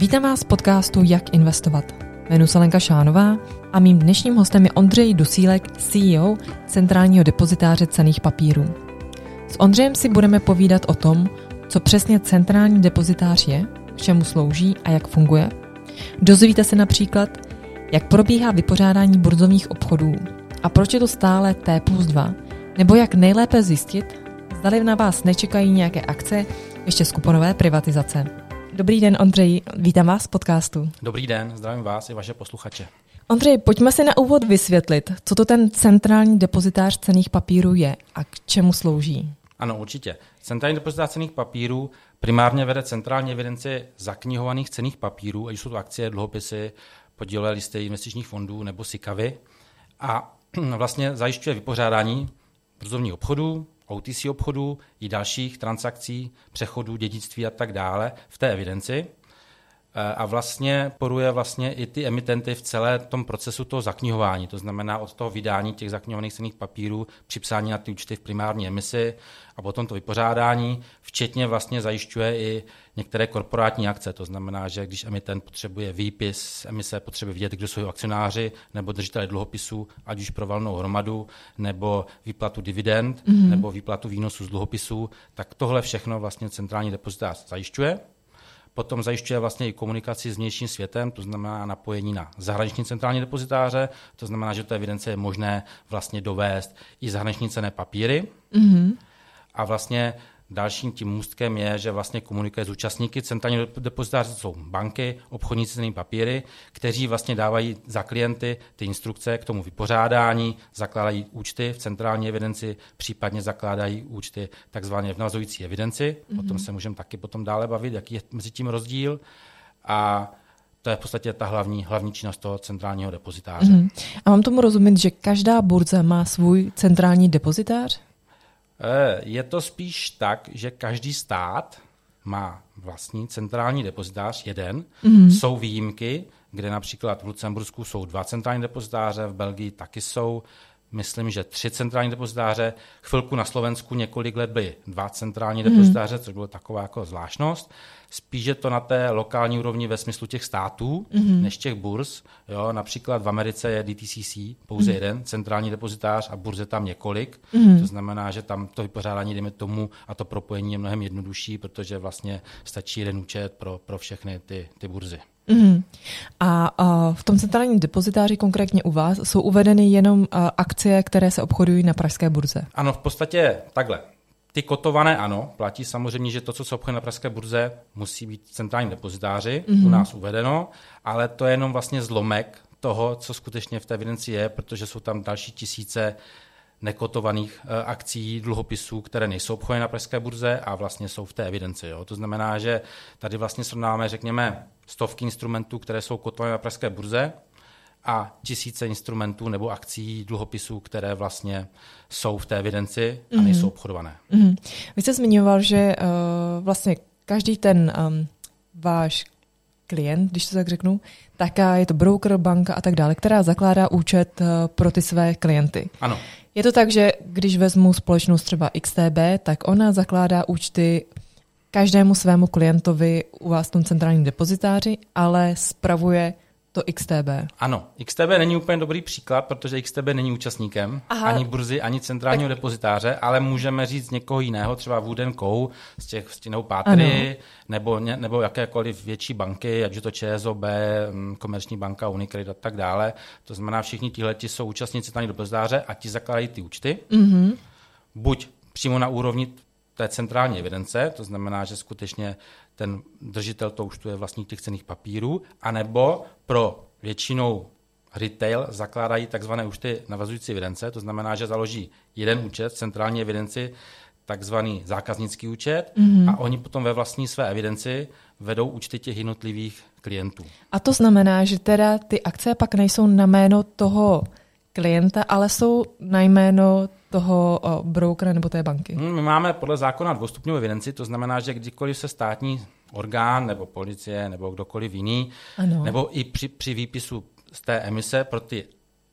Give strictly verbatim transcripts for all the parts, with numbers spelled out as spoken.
Vítám vás v podcastu Jak investovat. Jmenuji se Lenka Šánová a mým dnešním hostem je Ondřej Dusílek, C E O Centrálního depozitáře cenných papírů. S Ondřejem si budeme povídat o tom, co přesně centrální depozitář je, k čemu slouží a jak funguje. Dozvíte se například, jak probíhá vypořádání burzovních obchodů a proč je to stále T plus dva, nebo jak nejlépe zjistit, zdali na vás nečekají nějaké akce ještě z kuponové privatizace. Dobrý den, Ondřej, vítám vás v podcastu. Dobrý den, zdravím vás i vaše posluchače. Ondřej, pojďme si na úvod vysvětlit, co to ten centrální depozitář cenných papírů je a k čemu slouží. Ano, určitě. Centrální depozitář cenných papírů primárně vede centrální evidenci zaknihovaných cenných papírů, ať jsou to akcie, dluhopisy, podílové listy investičních fondů nebo SICAVy, a vlastně zajišťuje vypořádání burzovních obchodů, O T C obchodů i dalších transakcí, přechodů, dědictví a tak dále v té evidenci. A vlastně poruje vlastně i ty emitenty v celé tom procesu toho zaknihování, to znamená od toho vydání těch zaknihovaných cenných papírů, připsání na ty účty v primární emisi a potom to vypořádání, včetně vlastně zajišťuje i některé korporátní akce, to znamená, že když emitent potřebuje výpis z emise, potřebuje vidět, kdo jsou jeho akcionáři nebo držitelé dluhopisů, ať už pro valnou hromadu, nebo výplatu dividend, mm-hmm. nebo výplatu výnosů z dluhopisů, tak tohle všechno vlastně centrální depozitář zajišťuje. Potom zajišťuje vlastně i komunikaci s vnějším světem, to znamená napojení na zahraniční centrální depozitáře, to znamená, že do té evidence je možné vlastně dovést i zahraniční cenné papíry. Mm-hmm. A vlastně dalším tím můstkem je, že vlastně komunikuje s účastníky centrálního depozitáře, to jsou banky, obchodníci cennými papíry, kteří vlastně dávají za klienty ty instrukce k tomu vypořádání, zakládají účty v centrální evidenci, případně zakládají účty takzvaně v navazující evidenci. Mm-hmm. O tom se můžeme taky potom dále bavit, jaký je mezi tím rozdíl. A to je v podstatě ta hlavní, hlavní činnost toho centrálního depozitáře. Mm-hmm. A mám tomu rozumět, že každá burza má svůj centrální depozitář? Je to spíš tak, že každý stát má vlastní centrální depozitář, jeden. Mm-hmm. Jsou výjimky, kde například v Lucembursku jsou dva centrální depozitáře, v Belgii taky jsou, myslím, že tři centrální depozitáře. Chvilku na Slovensku několik let byly dva centrální mm-hmm. depozitáře, což bylo taková jako zvláštnost. Spíš je to na té lokální úrovni ve smyslu těch států, mm-hmm. než těch burz. Jo, například v Americe je D T C C, pouze mm-hmm. jeden centrální depozitář a burz je tam několik. Mm-hmm. To znamená, že tam to vypořádání, jdeme tomu, a to propojení je mnohem jednodušší, protože vlastně stačí jeden účet pro, pro všechny ty, ty burzy. Mm. A, a v tom centrálním depozitáři, konkrétně u vás, jsou uvedeny jenom a, akcie, které se obchodují na pražské burze? Ano, v podstatě takhle. Ty kotované ano, platí samozřejmě, že to, co se obchoduje na pražské burze, musí být v centrálním depozitáři, mm-hmm. u nás uvedeno, ale to je jenom vlastně zlomek toho, co skutečně v té evidenci je, protože jsou tam další tisíce nekotovaných e, akcí, dluhopisů, které nejsou obchodeny na pražské burze a vlastně jsou v té evidenci. Jo. To znamená, že tady vlastně srovnáváme, řekněme, stovky instrumentů, které jsou kotované na pražské burze a tisíce instrumentů nebo akcí, dluhopisů, které vlastně jsou v té evidenci a nejsou obchodované. Mm-hmm. Vy jste zmiňoval, že uh, vlastně každý ten um, váš klient, když to tak řeknu, tak je to broker, banka a tak dále, která zakládá účet uh, pro ty své klienty. Ano. Je to tak, že když vezmu společnost třeba X T B, tak ona zakládá účty každému svému klientovi u vás v tom centrálním depozitáři, ale spravuje to X T B. Ano, X T B není úplně dobrý příklad, protože X T B není účastníkem Aha. ani burzy, ani centrálního tak depozitáře, ale můžeme říct někoho jiného, třeba Wood and Co. z těch stěnou Pátry, nebo, nebo jakékoliv větší banky, ať je to Č S O B, Komerční banka, Unicredit a tak dále. To znamená, všichni tihleti jsou účastníci centrálního depozitáře a ti zakládají ty účty. Mm-hmm. Buď přímo na úrovni té centrální evidence, to znamená, že skutečně ten držitel toho účtu je vlastník těch cenných papírů, anebo pro většinou retail zakládají takzvané účty navazující evidence, to znamená, že založí jeden účet v centrální evidenci, takzvaný zákaznický účet, mm-hmm. a oni potom ve vlastní své evidenci vedou účty těch jednotlivých klientů. A to znamená, že teda ty akcie pak nejsou na jméno toho klienta, ale jsou na jméno toho o, brokera nebo té banky. My máme podle zákona dvoustupňovou evidenci, to znamená, že kdykoliv se státní orgán nebo policie nebo kdokoliv jiný, ano. nebo i při, při výpisu z té emise pro ty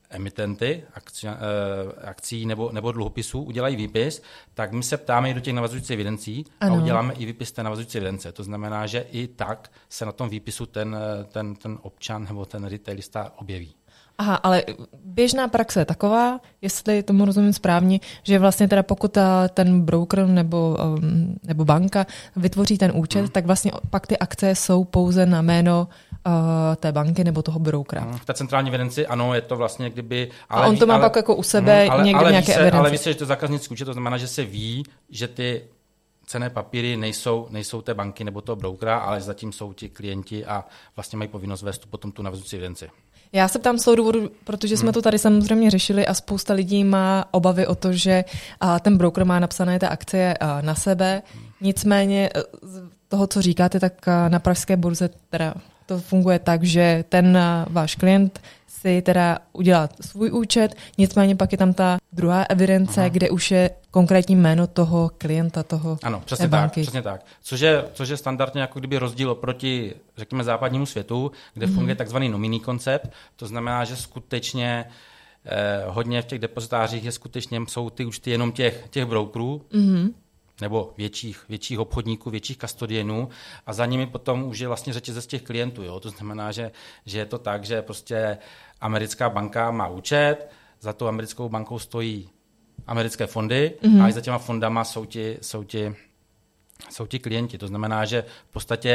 emitenty akci, akcí nebo, nebo dluhopisů udělají výpis, tak my se ptáme i do těch navazujících evidencí ano. a uděláme i výpis té navazující evidence. To znamená, že i tak se na tom výpisu ten, ten, ten občan nebo ten retailista objeví. Aha, ale běžná praxe je taková, jestli tomu rozumím správně, že vlastně teda pokud ten broker nebo, nebo banka vytvoří ten účet, hmm. tak vlastně pak ty akce jsou pouze na jméno uh, té banky nebo toho brokera. Hmm, v té centrální evidenci ano, je to vlastně kdyby... Ale A on ví, to má ale, pak jako u sebe hmm, ale, někde ale v nějaké se, evidenci. Ale ví se, že to je zákaznický účet, to znamená, že se ví, že ty cenné papíry nejsou, nejsou té banky nebo toho brokera, ale zatím jsou ti klienti a vlastně mají povinnost vést potom tu navazující evidenci. Já se ptám z toho důvodu, protože jsme to tady samozřejmě řešili a spousta lidí má obavy o to, že ten broker má napsané ty akcie na sebe. Nicméně z toho, co říkáte, tak na pražské burze teda to funguje tak, že ten váš klient si teda udělá svůj účet, nicméně pak je tam ta druhá evidence, Aha. kde už je konkrétní jméno toho klienta, toho Ano, přesně tak, přesně tak. Což je, což je standardně jako kdyby rozdíl oproti, řekněme, západnímu světu, kde mm-hmm. funguje takzvaný nominní koncept. To znamená, že skutečně eh, hodně v těch depozitářích je skutečně, jsou ty účty jenom těch, těch brokerů, mm-hmm. nebo větších, větších obchodníků, větších kastodienů a za nimi potom už je vlastně řetězec těch klientů. Jo? To znamená, že, že je to tak, že prostě americká banka má účet, za tou americkou bankou stojí americké fondy mm-hmm. a i za těma fondama jsou ti, jsou, ti, jsou ti klienti. To znamená, že v podstatě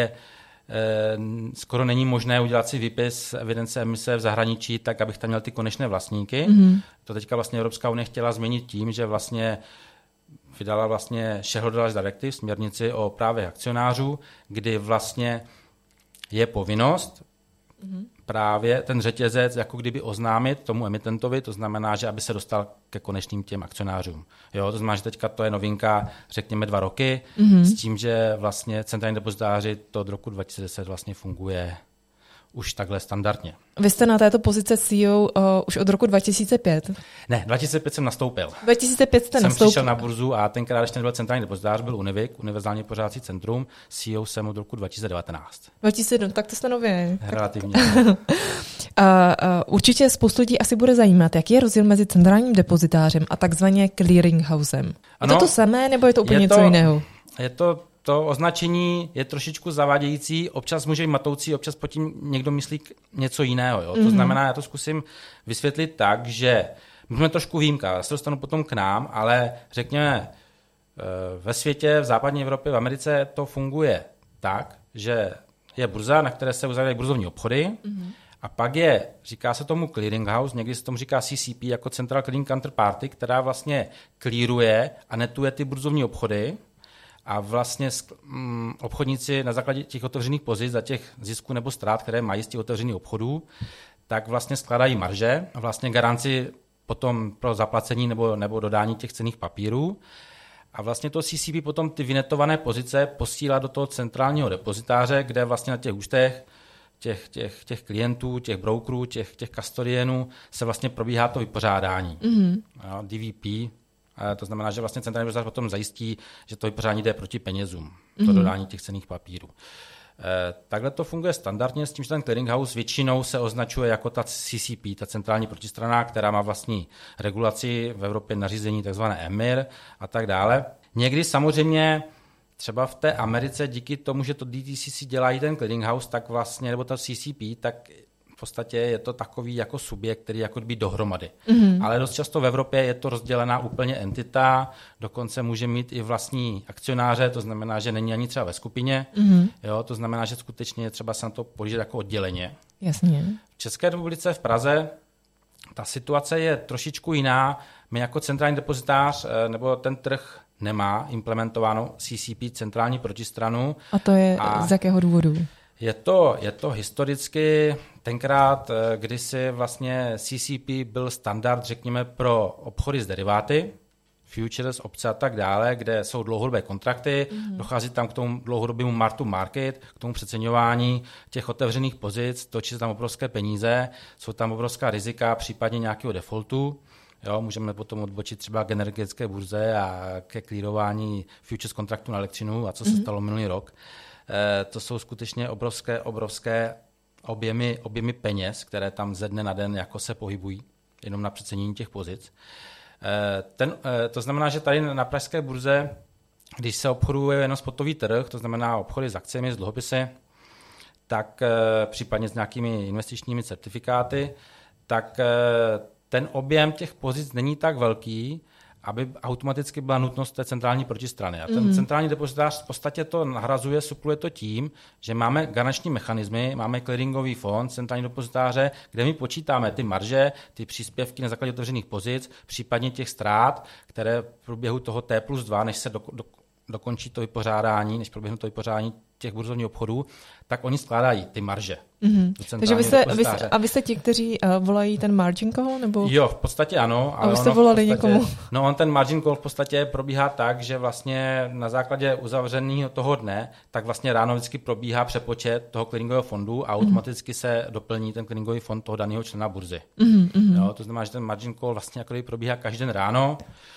eh, skoro není možné udělat si výpis evidence emise v zahraničí tak, abych tam měl ty konečné vlastníky. Mm-hmm. To teďka vlastně Evropská unie chtěla změnit tím, že vlastně vydala vlastně Shareholders Directive, směrnici o právech akcionářů, kdy vlastně je povinnost mm-hmm. právě ten řetězec jako kdyby oznámit tomu emitentovi, to znamená, že aby se dostal ke konečným těm akcionářům. Jo, to znamená, že teďka to je novinka, řekněme dva roky, mm-hmm. s tím, že vlastně centrální depozitáři to od roku dva tisíce deset vlastně funguje už takhle standardně. Vy jste na této pozici C E O uh, už od roku dva tisíce pět? Ne, dva tisíce pět jsem nastoupil. dva tisíce pět jste jsem nastoupil? Jsem přišel na burzu a tenkrát ještě nebyl centrální depozitář, byl Univik, univerzální pořádací centrum, C E O jsem od roku dva tisíce devatenáct. dva tisíce sedm, tak to jste nově. Relativně. uh, uh, určitě spoustu lidí asi bude zajímat, jaký je rozdíl mezi centrálním depozitářem a takzvaně clearinghousem. Ano, je to to samé, nebo je to úplně je něco to, jiného? Je to To označení je trošičku zavádějící, občas může být matoucí, občas pod tím někdo myslí něco jiného. Jo? Mm-hmm. To znamená, já to zkusím vysvětlit tak, že my jsme trošku výjimka, já se dostanu potom k nám, ale řekněme, ve světě, v západní Evropě, v Americe to funguje tak, že je burza, na které se uzavírají burzovní obchody, mm-hmm. a pak je, říká se tomu clearinghouse, někdy se tomu říká C C P jako Central Clearing Counterparty, která vlastně clearuje a netuje ty burzovní obchody. A vlastně mm, obchodníci na základě těch otevřených pozic za těch zisků nebo ztrát, které mají z těch otevřených obchodů, tak vlastně skládají marže a vlastně garanci potom pro zaplacení nebo, nebo dodání těch cenných papírů. A vlastně to C C P potom ty vynetované pozice posílá do toho centrálního depozitáře, kde vlastně na těch účtech těch, těch, těch klientů, těch brokerů, těch, těch kastodienů se vlastně probíhá to vypořádání. Mm-hmm. Jo, D V P. To znamená, že vlastně centrální depozitář potom zajistí, že to vypořádání jde proti penězům, mm-hmm. to dodání těch cenných papírů. E, takhle to funguje standardně s tím, že ten clearinghouse většinou se označuje jako ta C C P, ta centrální protistrana, která má vlastní regulaci v Evropě nařízení tzv. E M I R a tak dále. Někdy samozřejmě třeba v té Americe díky tomu, že to D T C C dělá i ten clearinghouse, tak vlastně, nebo ta C C P, tak v podstatě je to takový jako subjekt, který jako by dohromady. Mm-hmm. Ale dost často v Evropě je to rozdělená úplně entita, dokonce může mít i vlastní akcionáře, to znamená, že není ani třeba ve skupině, mm-hmm. jo, to znamená, že skutečně je třeba se na to pohlížet jako odděleně. Jasně. V České republice v Praze ta situace je trošičku jiná. My jako centrální depozitář nebo ten trh nemá implementováno C C P, centrální protistranu. A to je a z jakého důvodu? Je to, je to historicky tenkrát, kdysi vlastně C C P byl standard, řekněme, pro obchody s deriváty, futures, opce a tak dále, kde jsou dlouhodobé kontrakty, mm-hmm. dochází tam k tomu dlouhodobému mark to market, k tomu přeceňování těch otevřených pozic, točí se tam obrovské peníze, jsou tam obrovská rizika, případně nějakého defaultu. Jo, můžeme potom odbočit třeba k energetické burze a ke clearování futures kontraktů na elektřinu a co se mm-hmm. stalo minulý rok. E, to jsou skutečně obrovské, obrovské objemy, objemy peněz, které tam ze dne na den jako se pohybují. jenom na přecenění těch pozic. Ten, to znamená, že tady na pražské burze, když se obchoduje jenom spotový trh, to znamená obchody s akciemi, s dluhopisy, tak případně s nějakými investičními certifikáty, tak ten objem těch pozic není tak velký, aby automaticky byla nutnost té centrální protistrany. A ten mm-hmm. centrální depozitář v podstatě to nahrazuje, supluje to tím, že máme garanční mechanismy, máme clearingový fond, centrální depozitáře, kde my počítáme ty marže, ty příspěvky na základě otevřených pozic, případně těch ztrát, které v průběhu toho T plus dva, než se do, do, dokončí to vypořádání, než proběhne to vypořádání těch burzovních obchodů, tak oni skládají ty marže. Mm-hmm. Takže vy jste, vy jste, a vy jste ti, kteří uh, volají ten margin call? Nebo? Jo, v podstatě ano. A vy jste volali podstatě, někomu? No on ten margin call v podstatě probíhá tak, že vlastně na základě uzavřeného toho dne, tak vlastně ráno vždycky probíhá přepočet toho clearingového fondu a automaticky mm-hmm. se doplní ten clearingový fond toho daného člena burzy. Mm-hmm. Jo, to znamená, že ten margin call vlastně jako probíhá každý den ráno.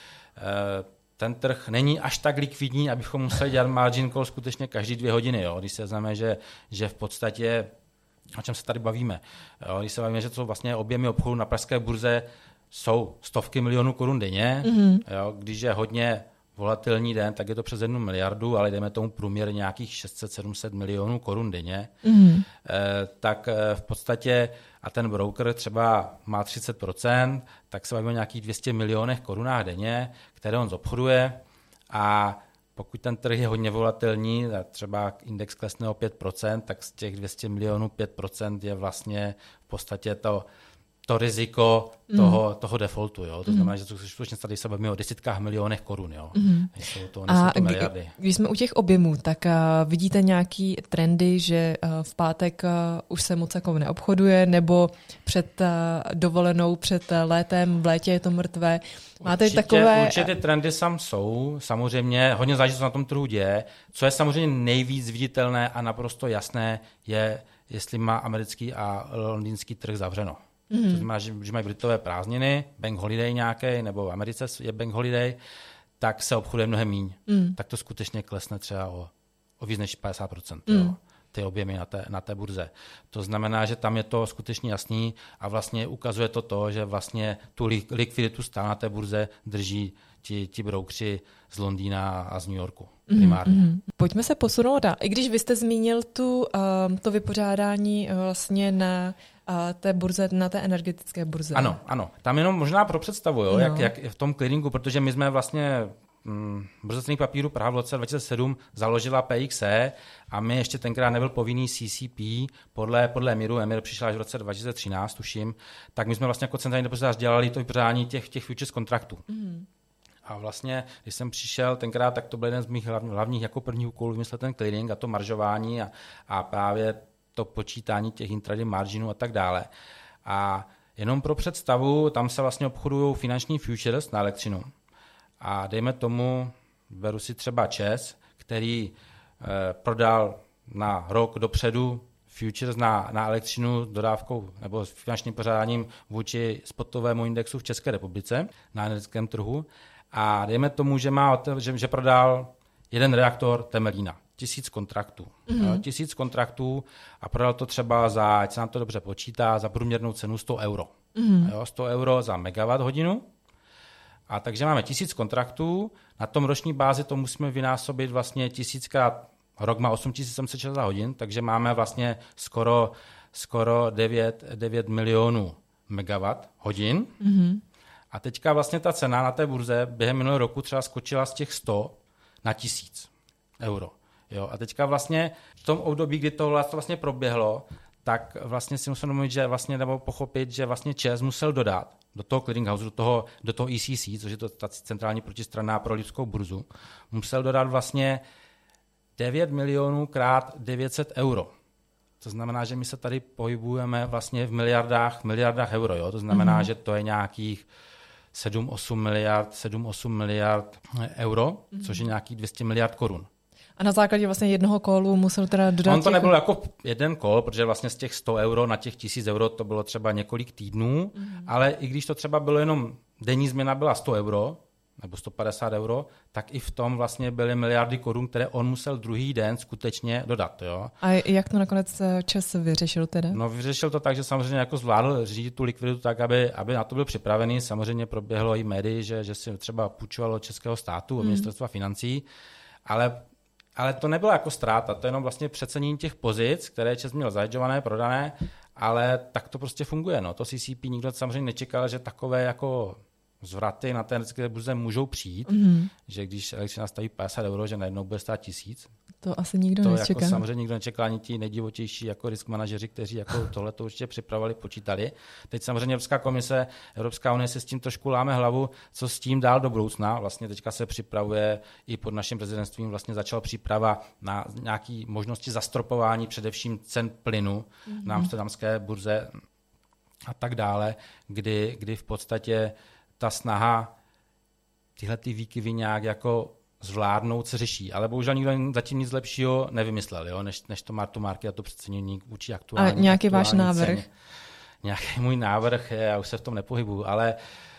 E, ten trh není až tak likvidní, abychom museli dělat margin call skutečně každý dvě hodiny. Jo? Když se znamená, že, že v podstatě, o čem se tady bavíme, jo? Když se bavíme, že to jsou vlastně objemy obchodu na pražské burze, jsou stovky milionů korun denně. Mm-hmm. Jo? Když je hodně volatilní den, tak je to přes jednu miliardu, ale jdeme tomu průměr nějakých šest set sedm set milionů korun denně. Mm-hmm. E, tak v podstatě, a ten broker třeba má třicet procent, tak se bavíme o nějakých dvě stě milionech korunách denně, které on zobchoduje, a pokud ten trh je hodně volatilní, třeba index klesne o pět procent, tak z těch dvě stě milionů pět procent je vlastně v podstatě to to riziko toho, mm. toho defaultu. Jo? To znamená, mm. že skutečně tady se bavíme o desítkách milionech korun. Jo? Mm. Jsou to, a to miliardy. Když jsme u těch objemů, tak uh, vidíte nějaký trendy, že uh, v pátek uh, už se moc jako neobchoduje, nebo před uh, dovolenou, před uh, létem, v létě je to mrtvé. Máte určitě, takové... Určitě ty trendy sam jsou, samozřejmě, hodně záleží, co na tom trhu děje. Co je samozřejmě nejvíc viditelné a naprosto jasné, je, jestli má americký a londýnský trh zavřeno. Mm. To znamená, že, že mají Britové prázdniny, bank holiday nějaký, nebo v Americe je bank holiday, tak se obchoduje mnohem míň. Mm. Tak to skutečně klesne třeba o, o víc než padesát procent. Mm. Jo, ty objemy na té, na té burze. To znamená, že tam je to skutečně jasný a vlastně ukazuje to to, že vlastně tu likviditu stále na té burze drží ti, ti broukři z Londýna a z New Yorku primárně. Mm, mm. Pojďme se posunout dál. I když vy jste zmínil tu, uh, to vypořádání uh, vlastně na uh, té burze, na té energetické burze. Ano, ano. Tam jenom možná pro představu, jo, no. jak, jak v tom clearingu, protože my jsme vlastně mm, burza cenných papírů Praha v roce dva tisíce sedm založila P X E a my ještě tenkrát nebyl povinný C C P podle, podle Emiru. Emir přišel až v roce dva tisíce třináct, tuším. Tak my jsme vlastně jako centrální depozitář dělali to vypořádání těch, těch futures kontraktů. Mm. A vlastně, když jsem přišel tenkrát, tak to byl jeden z mých hlavních, hlavních jako prvních úkolů vymyslet ten clearing a to maržování a, a právě to počítání těch intraday marginů a tak dále. A jenom pro představu, tam se vlastně obchodují finanční futures na elektřinu. A dejme tomu, beru si třeba ČEZ, který eh, prodal na rok dopředu futures na, na elektřinu dodávkou nebo s finančním pořádáním vůči spotovému indexu v České republice na energetickém trhu. A dejme tomu, že, má, že, že prodal jeden reaktor Temelína, tisíc kontraktů. Mm-hmm. Tisíc kontraktů a prodal to třeba za, ať se nám to dobře počítá, za průměrnou cenu sto euro. Mm-hmm. Jo, sto euro za megawatt hodinu. A takže máme tisíc kontraktů, na tom roční bázi to musíme vynásobit vlastně tisíckrát, rok má osm tisíc sedm set šedesát hodin, takže máme vlastně skoro, skoro devět milionů megawatt hodin. Mm-hmm. A teďka vlastně ta cena na té burze během minulého roku třeba skočila z těch sto na tisíc euro. Jo, a teďka vlastně v tom období, kdy to vlastně proběhlo, tak vlastně si musím domluvit, že vlastně nebo pochopit, že vlastně ČEZ musel dodat do toho clearinghouse, do toho, do toho E C C, což je to ta centrální protistranná pro lipskou burzu, musel dodat vlastně devět milionů krát devět set euro. To znamená, že my se tady pohybujeme vlastně v miliardách, miliardách euro. Jo? To znamená, mm-hmm. že to je nějakých sedm osm miliard, sedm osm miliard euro, mm-hmm. což je nějakých dvě stě miliard korun. A na základě vlastně jednoho kolu musel teda dodat... On to těch... nebyl jako jeden kol, protože vlastně z těch sto euro na těch tisíc euro to bylo třeba několik týdnů, mm-hmm. ale i když to třeba bylo jenom denní změna byla sto euro, nebo sto padesát euro, tak i v tom vlastně byly miliardy korun, které on musel druhý den skutečně dodat. Jo. A jak to nakonec ČEZ vyřešil teda? No vyřešil to tak, že samozřejmě jako zvládl řídit tu likviditu tak, aby, aby na to byl připravený. Samozřejmě proběhlo i médii, že, že si třeba půjčovalo českého státu, mm. ministerstva financí, ale, ale to nebylo jako ztráta, to je jenom vlastně přecenění těch pozic, které ČEZ měl zahedžované, prodané, ale tak to prostě funguje. No. To C C P nikdo samozřejmě nečekal, že takové jako zvraty na té energetické burze můžou přijít, mm. že když elektřina staví padesát euro, že najednou bude stát tisíc. To asi nikdo to nečeká. Jako samozřejmě nikdo nečekal, ani ti nejdivočejší jako risk manažeři, kteří jako tohle to určitě připravovali, počítali. Teď samozřejmě Evropská komise, Evropská unie se s tím trošku láme hlavu, co s tím dál do budoucna. Vlastně teďka se připravuje i pod naším prezidentstvím vlastně začala příprava na nějaké možnosti zastropování především cen plynu mm. na amsterdamské burze a tak dále, kdy, kdy v podstatě ta snaha tyhle ty výkyvy nějak jako zvládnout se řeší. Ale bohužel nikdo zatím nic lepšího nevymyslel, jo? Než, než to mark to market a to přecenění vůči aktuální. A nějaký aktuální váš návrh? Ceně. Nějaký můj návrh, je, já už se v tom nepohybuju, ale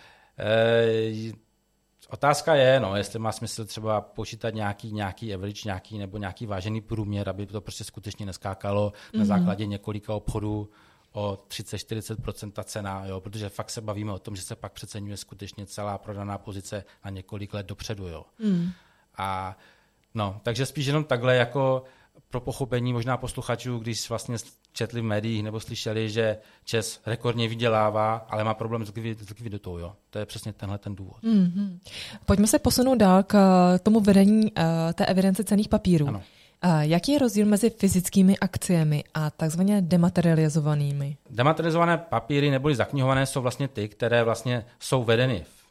e, otázka je, no, jestli má smysl třeba počítat nějaký, nějaký average, nějaký, nebo nějaký vážený průměr, aby to prostě skutečně neskákalo mm-hmm. na základě několika obchodů o třicet až čtyřicet procent ta cena, jo, protože fakt se bavíme o tom, že se pak přeceňuje skutečně celá prodaná pozice na několik let dopředu. Jo. Mm. A no, takže spíš jenom takhle jako pro pochopení možná posluchačů, když vlastně četli v médiích nebo slyšeli, že ČEZ rekordně vydělává, ale má problém s likviditou. Jo. To je přesně tenhle ten důvod. Mm-hmm. Pojďme se posunout dál k tomu vedení uh, té evidence cenných papírů. Ano. Jaký je rozdíl mezi fyzickými akciemi a takzvaně dematerializovanými? Dematerializované papíry neboli zaknihované jsou vlastně ty, které vlastně jsou vedeny v,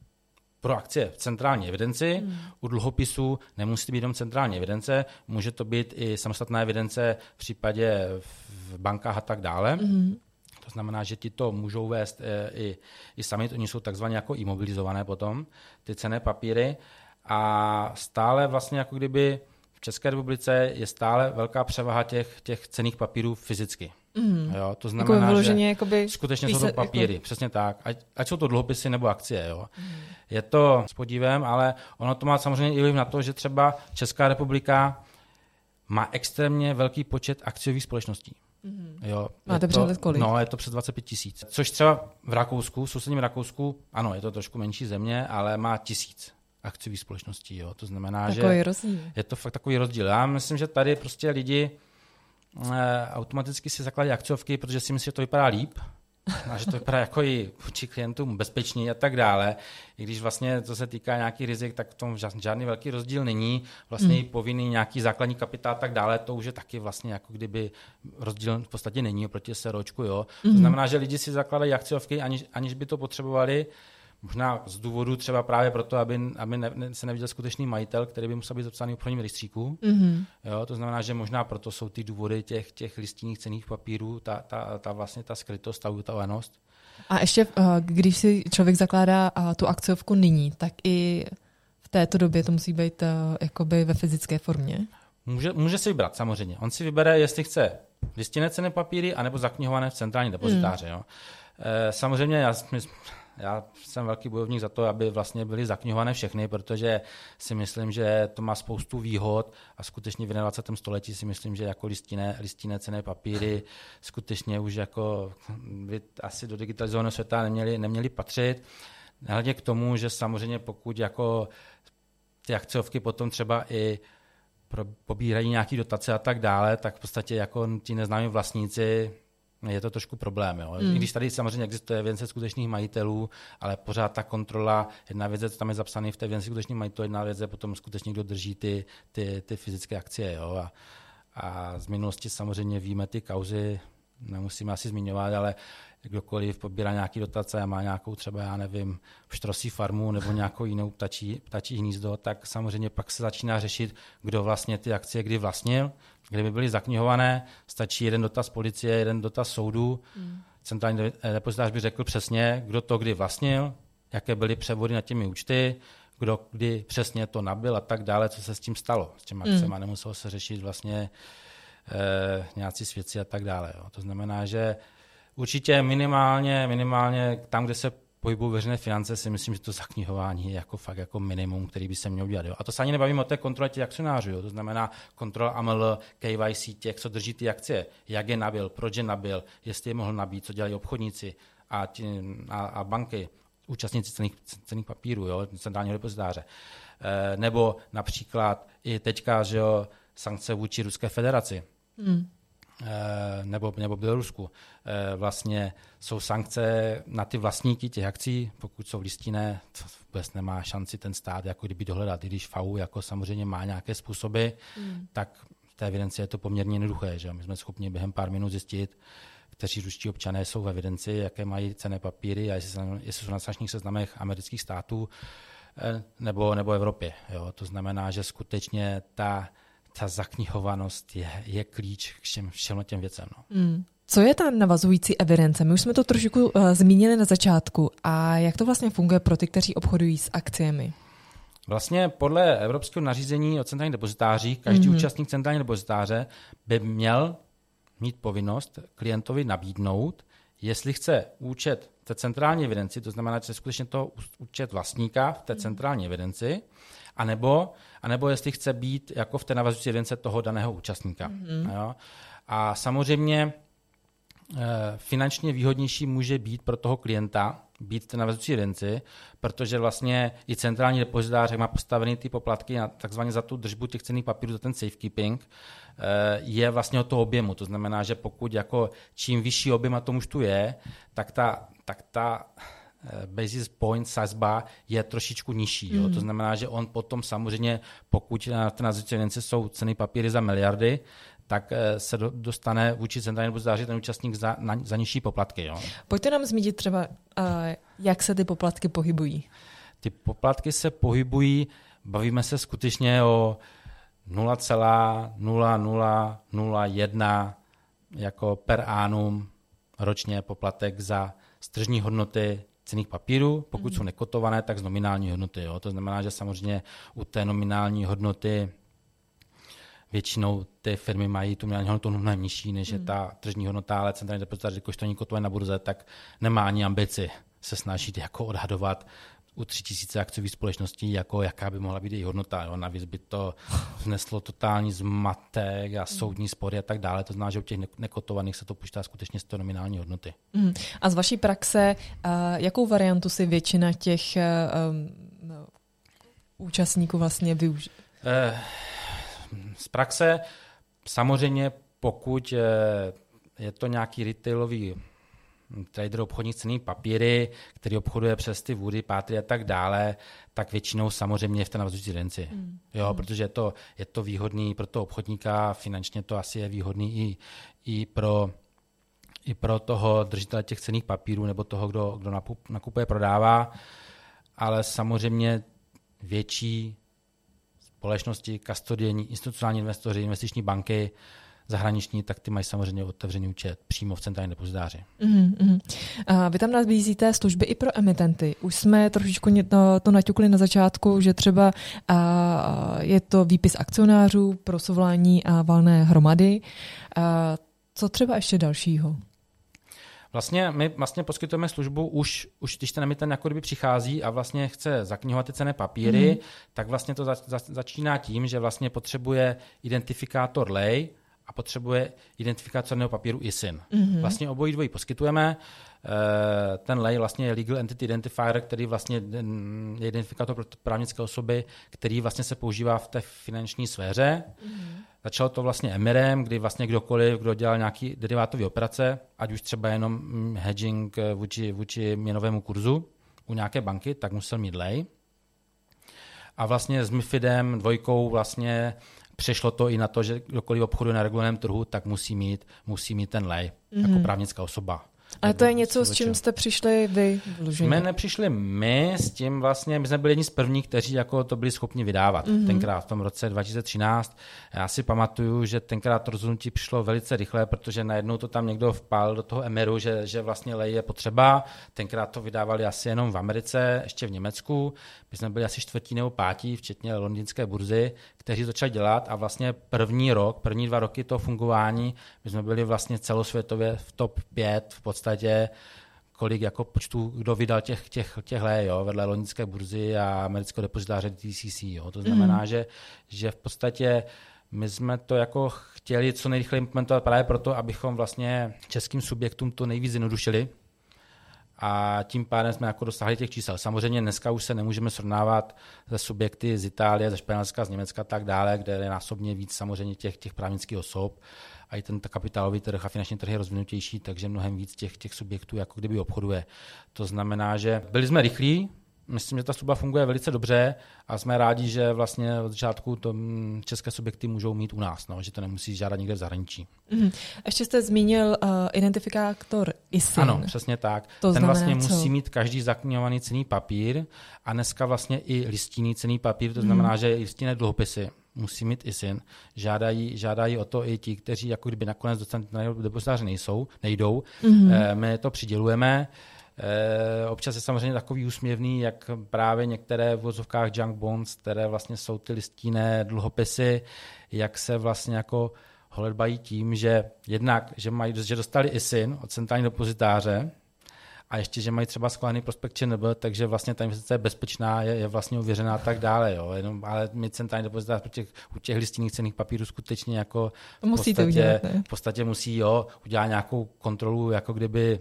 pro akcie v centrální evidenci. Hmm. U dluhopisů nemusí být jenom centrální evidence, může to být i samostatná evidence v případě v bankách a tak dále. Hmm. To znamená, že ti to můžou vést e, i, i sami, oni jsou takzvaně jako imobilizované potom, ty cenné papíry. A stále vlastně jako kdyby v České republice je stále velká převaha těch, těch cenných papírů fyzicky. Mm. Jo, to znamená, jako že jakoby skutečně píse, jsou to papíry, jako... přesně tak. Ať, ať jsou to dluhopisy nebo akcie. Jo. Mm. Je to s podívem, ale ono to má samozřejmě i vliv na to, že třeba Česká má extrémně velký počet akciových společností. Mm. Jo, máte přehled kolik? No, je to přes dvacet pět tisíc. Což třeba v Rakousku, v sousedním Rakousku, ano, je to trošku menší země, ale má tisíc akciových společností. Jo. To znamená, takový že rozdíl. Je to fakt takový rozdíl. Já myslím, že tady prostě lidi e, automaticky si zakládají akciovky, protože si myslí, že to vypadá líp, a že to vypadá jako i vůči klientům bezpečný a tak dále. I když vlastně, co se týká nějakých rizik, tak v tom žádný velký rozdíl není. Vlastně hmm. i povinný nějaký základní kapitál a tak dále, to už je taky vlastně jako kdyby rozdíl v podstatě není oproti SROčku. Jo. Hmm. To znamená, že lidi si zakládají akciovky, aniž, aniž by to potřebovali. Možná z důvodu třeba právě proto, aby, aby ne, ne, se neviděl skutečný majitel, který by musel být zapsaný v obchodním rejstříku. Mm-hmm. Jo, to znamená, že možná proto jsou ty důvody těch, těch listinných cenných papírů, ta, ta, ta vlastně ta skrytost, ta utajenost. A ještě, když si člověk zakládá tu akciovku nyní, tak i v této době to musí být jakoby ve fyzické formě? Může, může si vybrat, samozřejmě. On si vybere, jestli chce listinné cenné papíry, anebo zaknihované v centrální depozitáři. Mm. Jo. E, samozřejmě já Já jsem velký bojovník za to, aby vlastně byly zaknihované všechny, protože si myslím, že to má spoustu výhod a skutečně v dvacátém století si myslím, že jako listinné, listinné cenné papíry skutečně už jako by asi do digitalizovaného světa neměly, neměly patřit. Nehledě k tomu, že samozřejmě pokud jako ty akciovky potom třeba i pro, pobírají nějaké dotace a tak dále, tak v podstatě jako ti neznámí vlastníci je to trošku problém. Jo. Mm. I když tady samozřejmě existuje evidence skutečných majitelů, ale pořád ta kontrola, jedna věc je, co tam je zapsaný v té evidenci skutečných majitelů, jedna věc je potom skutečně, kdo drží ty, ty, ty fyzické akcie. Jo. A, a z minulosti samozřejmě víme ty kauzy, nemusíme asi zmiňovat, ale kdokoliv pobírá nějaký dotace a má nějakou třeba, já nevím, štrosí farmu nebo nějakou jinou ptačí, ptačí hnízdo, tak samozřejmě pak se začíná řešit, kdo vlastně ty akcie kdy vlastnil. Kdyby byly zaknihované, stačí jeden dotaz policie, jeden dotaz soudu. Hmm. Centrální depozitář by řekl přesně, kdo to kdy vlastnil, jaké byly převody na těmi účty, kdo kdy přesně to nabyl a tak dále, co se s tím stalo. S těmi akcemi hmm. nemuselo se řešit vlastně eh, nějací svědci a tak dále. Jo. To znamená, že určitě minimálně, minimálně tam, kde se pohybu veřejné finance si myslím, že to zaknihování je jako fakt jako minimum, který by se měl dělat. Jo. A to se ani nebavíme o té kontrole těch akcionářů. Jo. To znamená kontrola A M L, K Y C těch, co drží ty akcie, jak je nabil, proč je nabil, jestli je mohl nabít, co dělají obchodníci a, ti, a, a banky, účastníci cenných, cenných papírů, jo, centrálního depozitáře. E, nebo například i teďka, že jo, sankce vůči Ruské federaci. Hmm. Nebo, nebo Bělorusku. Vlastně jsou sankce na ty vlastníky těch akcí, pokud jsou listinné, to vůbec nemá šanci ten stát jako kdyby dohledat. I když F A U jako samozřejmě má nějaké způsoby, mm. tak v té evidenci je to poměrně jednoduché. Že? My jsme schopni během pár minut zjistit, kteří ruští občané jsou v evidenci, jaké mají cenné papíry a jestli, jestli jsou na sankčních seznamech amerických států nebo, nebo Evropě. Jo? To znamená, že skutečně ta ta zaknihovanost je, je klíč k všem, všem těm věcem. No. Mm. Co je ta navazující evidence? My už jsme to trošku uh, zmínili na začátku. A jak to vlastně funguje pro ty, kteří obchodují s akciemi? Vlastně podle evropského nařízení o centrálních depozitářích každý mm-hmm. účastník centrální depozitáře by měl mít povinnost klientovi nabídnout, jestli chce účet v té centrální evidenci, to znamená, že skutečně to účet vlastníka v té centrální evidenci, anebo, anebo jestli chce být jako v té navazující evidence toho daného účastníka. Mm-hmm. Jo? A samozřejmě e, finančně výhodnější může být pro toho klienta být v té navazující evidenci, protože vlastně i centrální depozitář má postavený ty poplatky na takzvaně za tu držbu těch cenných papírů, za ten safekeeping, e, je vlastně od toho objemu. To znamená, že pokud jako čím vyšší objem a tomu už tu je, tak ta, tak ta basis point sazba je trošičku nižší. Jo? Mm. To znamená, že on potom samozřejmě, pokud na té navazující evidenci jsou cenné papíry za miliardy, tak se dostane vůči centrální depozitáři ten účastník za, na, za nižší poplatky. Jo? Pojďte nám zmínit třeba, uh, jak se ty poplatky pohybují. Ty poplatky se pohybují, bavíme se skutečně o nula celá nula nula nula jedna jako per annum ročně poplatek za z tržní hodnoty cenných papírů, pokud mm. jsou nekotované, tak z nominální hodnoty. Jo? To znamená, že samozřejmě u té nominální hodnoty většinou ty firmy mají tu nominální hodnotu mnohem nižší, než mm. je ta tržní hodnota, ale centrální depozitář, když to není kotované na burze, tak nemá ani ambici se snažit jako odhadovat u tři tisíce akciových společností, jako jaká by mohla být její hodnota. Jo? Navíc by to vneslo totální zmatek a soudní spory a tak dále. To znamená, že u těch nekotovaných se to počítá skutečně z té nominální hodnoty. Mm. A z vaší praxe, uh, jakou variantu si většina těch uh, um, účastníků vlastně využije? Uh, z praxe samozřejmě, pokud uh, je to nějaký retailový trader obchodních cenných papíry, který obchoduje přes ty Woody, Patry a tak dále, tak většinou samozřejmě v té navazující evidenci. Mm. Jo, mm. protože je to, je to výhodný pro toho obchodníka, finančně to asi je výhodný i, i, pro, i pro toho držitele těch cenných papírů nebo toho, kdo, kdo nakupuje, prodává, ale samozřejmě větší společnosti, kastodiální, institucionální investoři, investiční banky, zahraniční, tak ty mají samozřejmě otevřený účet přímo v centrální depozitáři. Mm-hmm. A vy tam nabízíte služby i pro emitenty. Už jsme trošičku to, to naťukli na začátku, že třeba a, je to výpis akcionářů, prosovlání a valné hromady. A, co třeba ještě dalšího? Vlastně my vlastně poskytujeme službu už, už když ten emitent jako kdyby přichází a vlastně chce zaknihovat ty cenné papíry, mm. tak vlastně to za, za, začíná tím, že vlastně potřebuje identifikátor L E I a potřebuje identifikaci cenného papíru I S I N. Mm-hmm. Vlastně obojí dvojí poskytujeme. Ten L E I vlastně je Legal Entity Identifier, který vlastně je identifikátor pro právnické osoby, který vlastně se používá v té finanční sféře. Mm-hmm. Začalo to vlastně emirem, kdy vlastně kdokoliv, kdo dělal nějaký derivátové operace, ať už třeba jenom hedging vůči, vůči měnovému kurzu u nějaké banky, tak musel mít L E I. A vlastně s MiFIDem dvojkou vlastně přešlo to i na to, že kdokoliv obchoduje na regulovaném trhu, tak musí mít, musí mít ten L E I mm-hmm. jako právnická osoba. Ale to je něco, s čím jste přišli vy vloženě? My nepřišli my, s tím vlastně, my jsme byli jedni z prvních, kteří jako to byli schopni vydávat. Mm-hmm. Tenkrát v tom roce dva tisíce třináct. Já si pamatuju, že tenkrát to rozhodnutí přišlo velice rychle, protože najednou to tam někdo vpál do toho emiru, že, že vlastně L E I je potřeba. Tenkrát to vydávali asi jenom v Americe, ještě v Německu. My jsme byli asi čtvrtí nebo pátí, včetně londýnské burzy, kteří začali dělat a vlastně první rok, první dva roky toho fungování, my jsme byli vlastně celosvětově v top pět v podstatě kolik jako počtu, kdo vydal těch, těch, těchhle, jo, vedle londýnské burzy a amerického depozitáře T C C. Jo. To znamená, mm. že, že v podstatě my jsme to jako chtěli co nejrychleji implementovat právě proto, abychom vlastně českým subjektům to nejvíc zjednodušili a tím pádem jsme jako dosáhli těch čísel. Samozřejmě dneska už se nemůžeme srovnávat se subjekty z Itálie, ze Španělska, z Německa a tak dále, kde je násobně víc samozřejmě těch, těch právnických osob a i ten kapitálový trh a finanční trh je rozvinutější, takže mnohem víc těch, těch subjektů jako kdyby obchoduje. To znamená, že byli jsme rychlí, myslím, že ta služba funguje velice dobře a jsme rádi, že vlastně od začátku to české subjekty můžou mít u nás, no, že to nemusí žádat někde v zahraničí. Mm. Ještě jste zmínil uh, identifikátor I S I N. Ano, přesně tak. To Ten vlastně co? musí mít každý zaknihovaný cenný papír a dneska vlastně i listinný cenný papír, to znamená, mm. že listinné dluhopisy musí mít I S I N. Žádají, žádají o to i ti, kteří jako kdyby nakonec do centrálního depozitáře nejsou, nejdou. Mm. E, my to přidělujeme. E, občas je samozřejmě takový úsměvný, jak právě některé v vozovkách junk bonds, které vlastně jsou ty listinné dluhopisy, jak se vlastně jako holedbají tím, že jednak, že, mají, že dostali I S I N od centrálního depozitáře a ještě, že mají třeba schválený prospekt ČNB, takže vlastně ta investice je bezpečná, je, je vlastně ověřená a tak dále. Jo. Jenom, ale my centrální depozitář u těch, u těch listinných cenných papírů skutečně jako v podstatě, udělat, v podstatě musí jo, udělat nějakou kontrolu, jako kdyby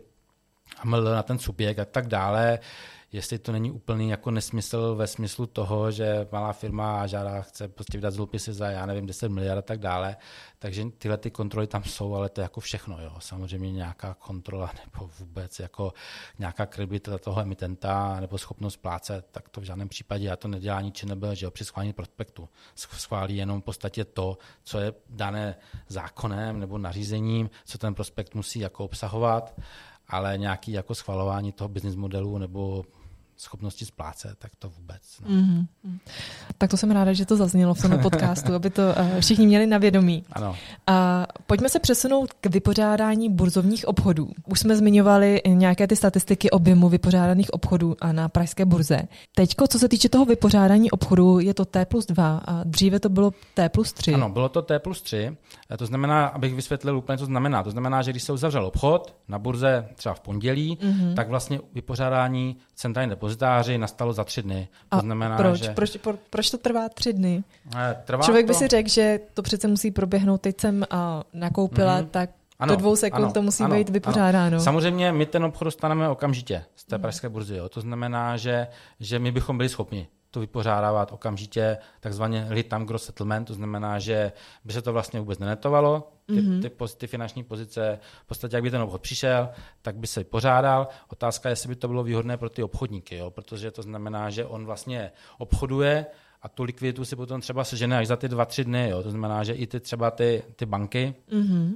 M L na ten subjekt a tak dále. Jestli to není úplný jako nesmysl ve smyslu toho, že malá firma žádá, chce prostě vydat dluhopisy za, já nevím, deset miliard a tak dále. Takže tyhle ty kontroly tam jsou, ale to je jako všechno. Jo. Samozřejmě nějaká kontrola nebo vůbec jako nějaká kredibilita toho emitenta nebo schopnost plácet, tak to v žádném případě já to nedělá ani ČNB, že jo, při schválení prospektu. Schválí jenom v podstatě to, co je dané zákonem nebo nařízením, co ten prospekt musí jako obsahovat, ale nějaký jako schvalování toho business modelu nebo schopnosti splácet, tak to vůbec. No. Mm-hmm. Tak to jsem ráda, že to zaznělo v tomhle podcastu, aby to uh, všichni měli na vědomí. Ano. Uh, pojďme se přesunout k vypořádání burzovních obchodů. Už jsme zmiňovali nějaké ty statistiky objemu vypořádaných obchodů na pražské burze. Teďko, co se týče toho vypořádání obchodu, je to T plus dva a dříve to bylo T plus tři. Ano, bylo to T plus tři. To znamená, abych vysvětlil úplně, co znamená. To znamená, že když se uzavřel obchod na burze třeba v pondělí, mm-hmm. tak vlastně vypořádání centrální depozitáři nastalo za tři dny. To a znamená, proč? Že... Proč, pro, proč to trvá tři dny? Trvá Člověk by to... si řekl, že to přece musí proběhnout, teď jsem a nakoupila, mm-hmm. tak ano, do dvou sekund ano, to musí ano, být vypořádáno. Ano. Samozřejmě my ten obchod dostaneme okamžitě z té pražské burzy. Jo. To znamená, že, že my bychom byli schopni to vypořádávat okamžitě, takzvaně litam gross settlement, to znamená, že by se to vlastně vůbec nenetovalo, ty, mm-hmm. ty, ty finanční pozice, v podstatě jak by ten obchod přišel, tak by se vypořádal. Otázka je, jestli by to bylo výhodné pro ty obchodníky, jo, protože to znamená, že on vlastně obchoduje a tu likviditu si potom třeba sežene až za ty dva, tři dny, jo. To znamená, že i ty třeba ty, ty banky, mm-hmm.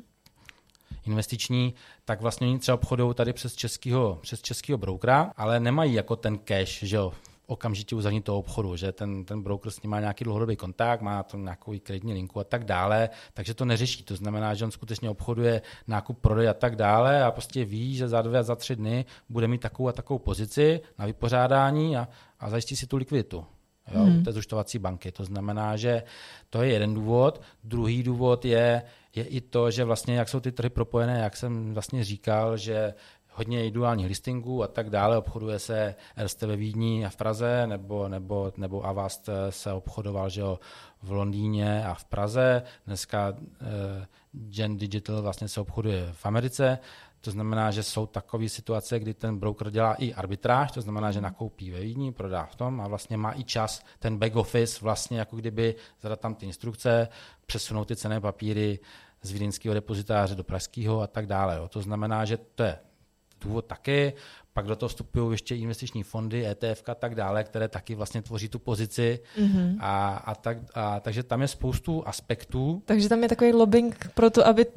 investiční, tak vlastně oni třeba obchodují tady přes českýho, přes českýho brokera, ale nemají jako ten cash, že jo, okamžitě uzavření toho obchodu, že ten, ten broker s ním má nějaký dlouhodobý kontakt, má to nějakou kreditní linku a tak dále, takže to neřeší. To znamená, že on skutečně obchoduje nákup, prodej a tak dále a prostě ví, že za dva, za tři dny bude mít takovou a takovou pozici na vypořádání a, a zajistí si tu likviditu. Jo, hmm. té zúčtovací banky. To znamená, že to je jeden důvod. Druhý důvod je, je i to, že vlastně jak jsou ty trhy propojené, jak jsem vlastně říkal, že hodně individuálních listingů a tak dále. Obchoduje se Erste ve Vídni a v Praze, nebo, nebo, nebo Avast se obchodoval že jo, v Londýně a v Praze. Dneska eh, Gen Digital vlastně se obchoduje v Americe. To znamená, že jsou takové situace, kdy ten broker dělá i arbitráž, to znamená, že nakoupí ve Vídni, prodá v tom a vlastně má i čas, ten back office vlastně jako kdyby zadat tam ty instrukce, přesunout ty cenné papíry z vídeňského depozitáře do pražského a tak dále. Jo. To znamená, že to je důvod taky, pak do toho vstupují ještě investiční fondy, E T F a tak dále, které taky vlastně tvoří tu pozici mm-hmm. a, a, tak, a takže tam je spoustu aspektů. Takže tam je takový lobbying pro to, aby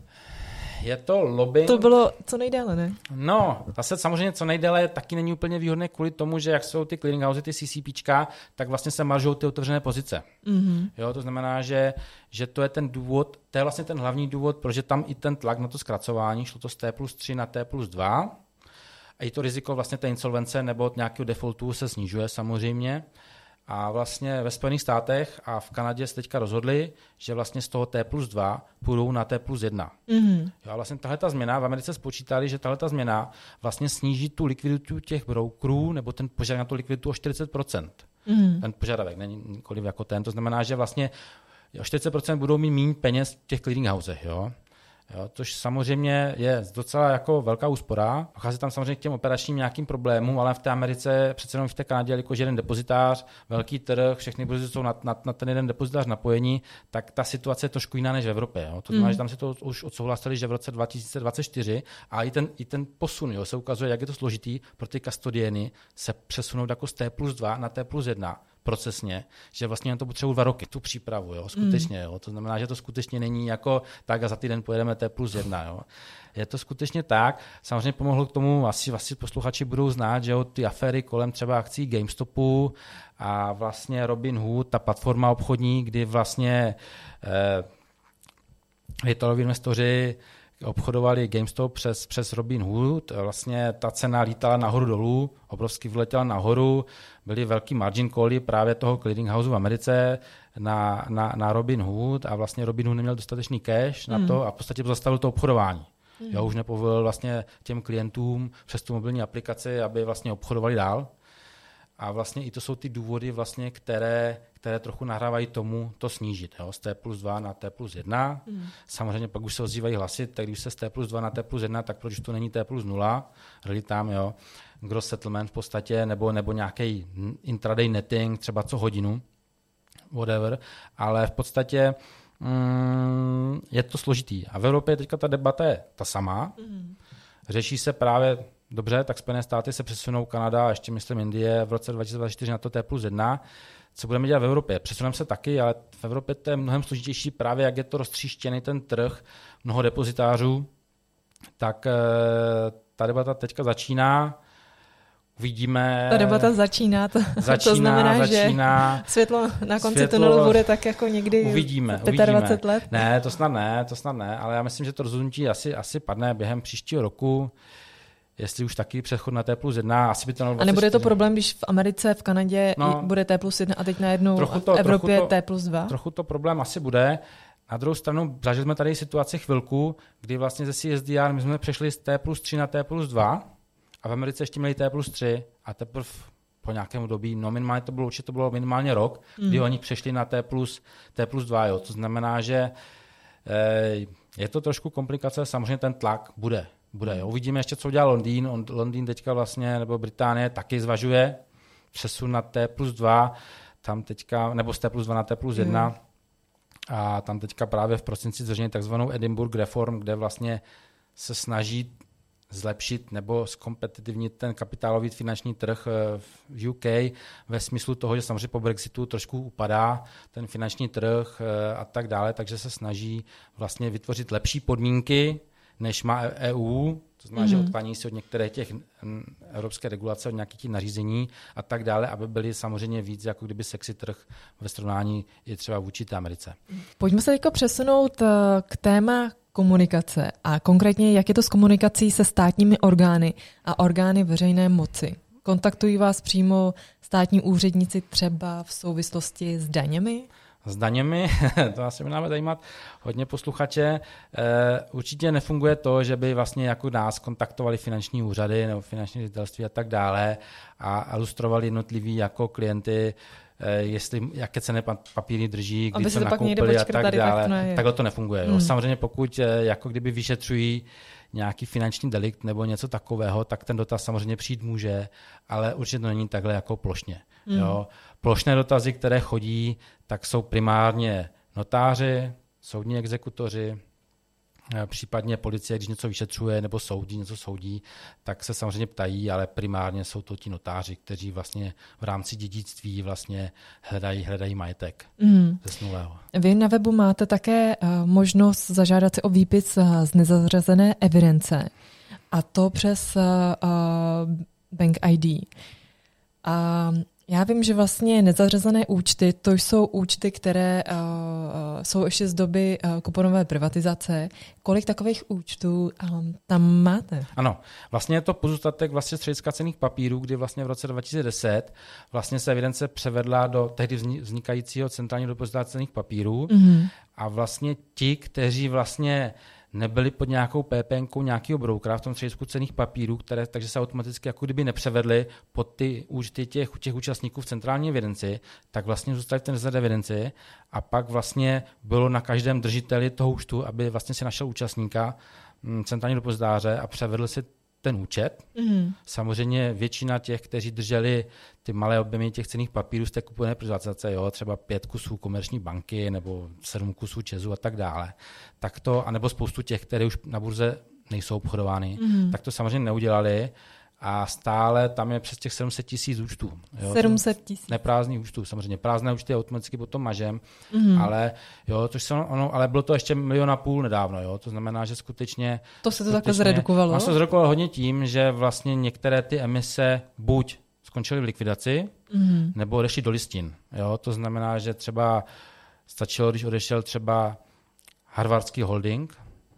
je to lobbying. To bylo co nejdéle, ne? No, zase samozřejmě co nejdéle taky není úplně výhodné kvůli tomu, že jak jsou ty clearinghousey, ty C C Pčka, tak vlastně se maržou ty otevřené pozice. Mm-hmm. Jo, to znamená, že, že to je ten důvod, to je vlastně ten hlavní důvod, protože tam i ten tlak na to zkracování, šlo to z T plus tři na T plus dva a i to riziko vlastně té insolvence nebo nějakého defaultu se snižuje samozřejmě. A vlastně ve Spojených státech a v Kanadě se teďka rozhodli, že vlastně z toho T plus dva půjdou na T plus jedna. Mm-hmm. Jo, a vlastně tahle ta změna, v Americe spočítali, že tahle ta změna vlastně sníží tu likviditu těch brokerů, nebo ten požadavek na tu likviditu o čtyřicet procent. Mm-hmm. Ten požadavek není nikoliv jako ten. To znamená, že vlastně o čtyřicet procent budou mít méně peněz v těch clearinghousech. Jo? Jo, což samozřejmě je docela jako velká úspora. Dochází tam samozřejmě k těm operačním nějakým problémům, ale v té Americe, přece jenom v té Kanadě, jakož jeden depozitář, velký trh, všechny burzy jsou na, na, na ten jeden depozitář napojení, tak ta situace je trošku jiná než v Evropě. Jo. To znamená, mm. že tam si to už odsouhlasili, že v roce dva tisíce dvacet čtyři a i ten, i ten posun jo, se ukazuje, jak je to složitý pro ty kastodieny se přesunout jako z T plus dva na T plus jedna. Procesně, že vlastně na to potřebují dva roky, tu přípravu, jo, skutečně, jo. To znamená, že to skutečně není jako tak a za týden pojedeme T plus jedna, jo. Je to skutečně tak, samozřejmě pomohlo k tomu, asi, asi posluchači budou znát, že jo, ty aféry kolem třeba akcí GameStopu a vlastně Robinhood, ta platforma obchodní, kdy vlastně eh, retailoví investoři obchodovali GameStop přes, přes Robinhood, vlastně ta cena lítala nahoru dolů, obrovsky vyletěla nahoru, byly velký margin cally právě toho clearinghouse v Americe na, na, na Robinhood a vlastně Robinhood neměl dostatečný cash mm. na to a v podstatě zastavil to obchodování. Mm. Jo, už nepovolil vlastně těm klientům přes tu mobilní aplikaci, aby vlastně obchodovali dál. A vlastně i to jsou ty důvody, vlastně, které, které trochu nahrávají tomu to snížit. Jo? Z T plus dva na T plus jedna. Mm. Samozřejmě pak už se ozývají hlasy, tak když se z T plus dva na T plus jedna, tak proč to není T plus nula? Really tam, jo. Gross settlement v podstatě, nebo, nebo nějaký intraday netting, třeba co hodinu, whatever. Ale v podstatě mm, je to složitý. A v Evropě teďka ta debata je ta samá. Mm. Řeší se právě dobře, tak Spojené státy se přesunou, Kanada a ještě myslím Indie v roce dva tisíce dvacet čtyři na to T plus jedna. Co budeme dělat v Evropě? Přesuneme se taky, ale v Evropě to je mnohem složitější právě, jak je to roztříštěný ten trh, mnoho depozitářů, tak ta debata teďka začíná. Uvidíme. Ta debata začíná, to, začíná, to znamená, začíná, že světlo na konci světlo, tunelu bude tak jako někdy uvidíme, dvacet uvidíme. let. Ne, to snad ne, to snad ne, ale já myslím, že to rozhodnutí asi, asi padne během příštího roku. Jestli už taky přechod na T plus jedna, asi by to A nebude to problém, když v Americe, v Kanadě no, bude T plus jedna a teď najednou to, v Evropě to, T plus dva? Trochu to problém asi bude. Na druhou stranu zažili jsme tady situaci chvilku, kdy vlastně ze C S D R my jsme přešli z T plus tři na T plus dva a v Americe ještě měli T plus tři a teprve po nějakém dobí, no minimálně to bylo, určitě to bylo minimálně rok, kdy mm. oni přešli na T plus, T plus dva. Jo. To znamená, že eh, je to trošku komplikace, samozřejmě ten tlak bude. Bude, jo. Uvidíme ještě, co udělá Londýn. On, Londýn teďka vlastně, nebo Británie taky zvažuje přesun na T plus dva, tam teďka, nebo z T plus dva na T plus jedna. Mm. A tam teďka právě v prosinci zřejmě takzvanou Edinburgh Reform, kde vlastně se snaží zlepšit nebo zkompetitivnit ten kapitálový finanční trh v U K ve smyslu toho, že samozřejmě po Brexitu trošku upadá ten finanční trh a tak dále, takže se snaží vlastně vytvořit lepší podmínky, než má E U, to znamená, mm-hmm. že odklání se od některé těch evropské regulace, od nějakých těch nařízení a tak dále, aby byly samozřejmě víc jako kdyby sexy trh ve srovnání i třeba vůči té Americe. Pojďme se teďka přesunout k téma komunikace a konkrétně, jak je to s komunikací se státními orgány a orgány veřejné moci. Kontaktují vás přímo státní úředníci třeba v souvislosti s daněmi? S daněmi, to asi by nám zajímat hodně posluchače. E, určitě nefunguje to, že by vlastně jako nás kontaktovali finanční úřady nebo finanční ředitelství a tak dále a ilustrovali jednotliví jako klienty, e, jestli, jaké cenné papíry drží, kdy co nakoupili a tak dále. Tak Takhle to nefunguje. Hmm. Jo. Samozřejmě pokud jako kdyby vyšetřují nějaký finanční delikt nebo něco takového, tak ten dotaz samozřejmě přijít může, ale určitě to není takhle jako plošně. Mm. Jo. Plošné dotazy, které chodí, tak jsou primárně notáři, soudní exekutoři, případně policie, když něco vyšetřuje nebo soudí, něco soudí, tak se samozřejmě ptají, ale primárně jsou to ti notáři, kteří vlastně v rámci dědictví vlastně hledají, hledají majetek mm. zesnulého. Vy na webu máte také uh, možnost zažádat si o výpis uh, z nezařazené evidence a to přes uh, uh, Bank I D. A Já vím, že vlastně nezařazené účty, to jsou účty, které uh, jsou ještě z doby uh, kuponové privatizace. Kolik takových účtů um, tam máte? Ano, vlastně je to pozůstatek vlastně střediska cenných papírů, kdy vlastně v roce dva tisíce deset vlastně se evidence převedla do tehdy vznikajícího centrálního depozitáře cenných papírů mm-hmm. a vlastně ti, kteří vlastně nebyli pod nějakou PPNkou nějakého broukera v tom středisku cenných papírů, které, takže se automaticky jako kdyby nepřevedli pod ty účty těch, těch účastníků v centrální evidenci, tak vlastně zůstali v té nezadané evidenci a pak vlastně bylo na každém držiteli toho účtu, aby vlastně si našel účastníka centrální depozitáře a převedl si ten účet. Mm. Samozřejmě většina těch, kteří drželi ty malé objemy těch cenných papírů z té kuponové privatizace, jo, třeba pět kusů Komerční banky nebo sedm kusů Česu a tak dále, tak to, anebo spoustu těch, které už na burze nejsou obchodovány, mm. tak to samozřejmě neudělali a stále tam je přes těch sedm set tisíc účtů. sedm set tisíc. Neprázdných účtů, samozřejmě. Prázdné účty automaticky potom mažem, mm. ale jo, což se, ono, ale bylo to ještě milion a půl nedávno, jo, to znamená, že skutečně... To se to takhle zredukovalo? Ono se zredukovalo hodně tím, že vlastně některé ty emise buď skončily v likvidaci, mm. nebo odešly do listin. Jo, to znamená, že třeba stačilo, když odešel třeba Harvardský holding,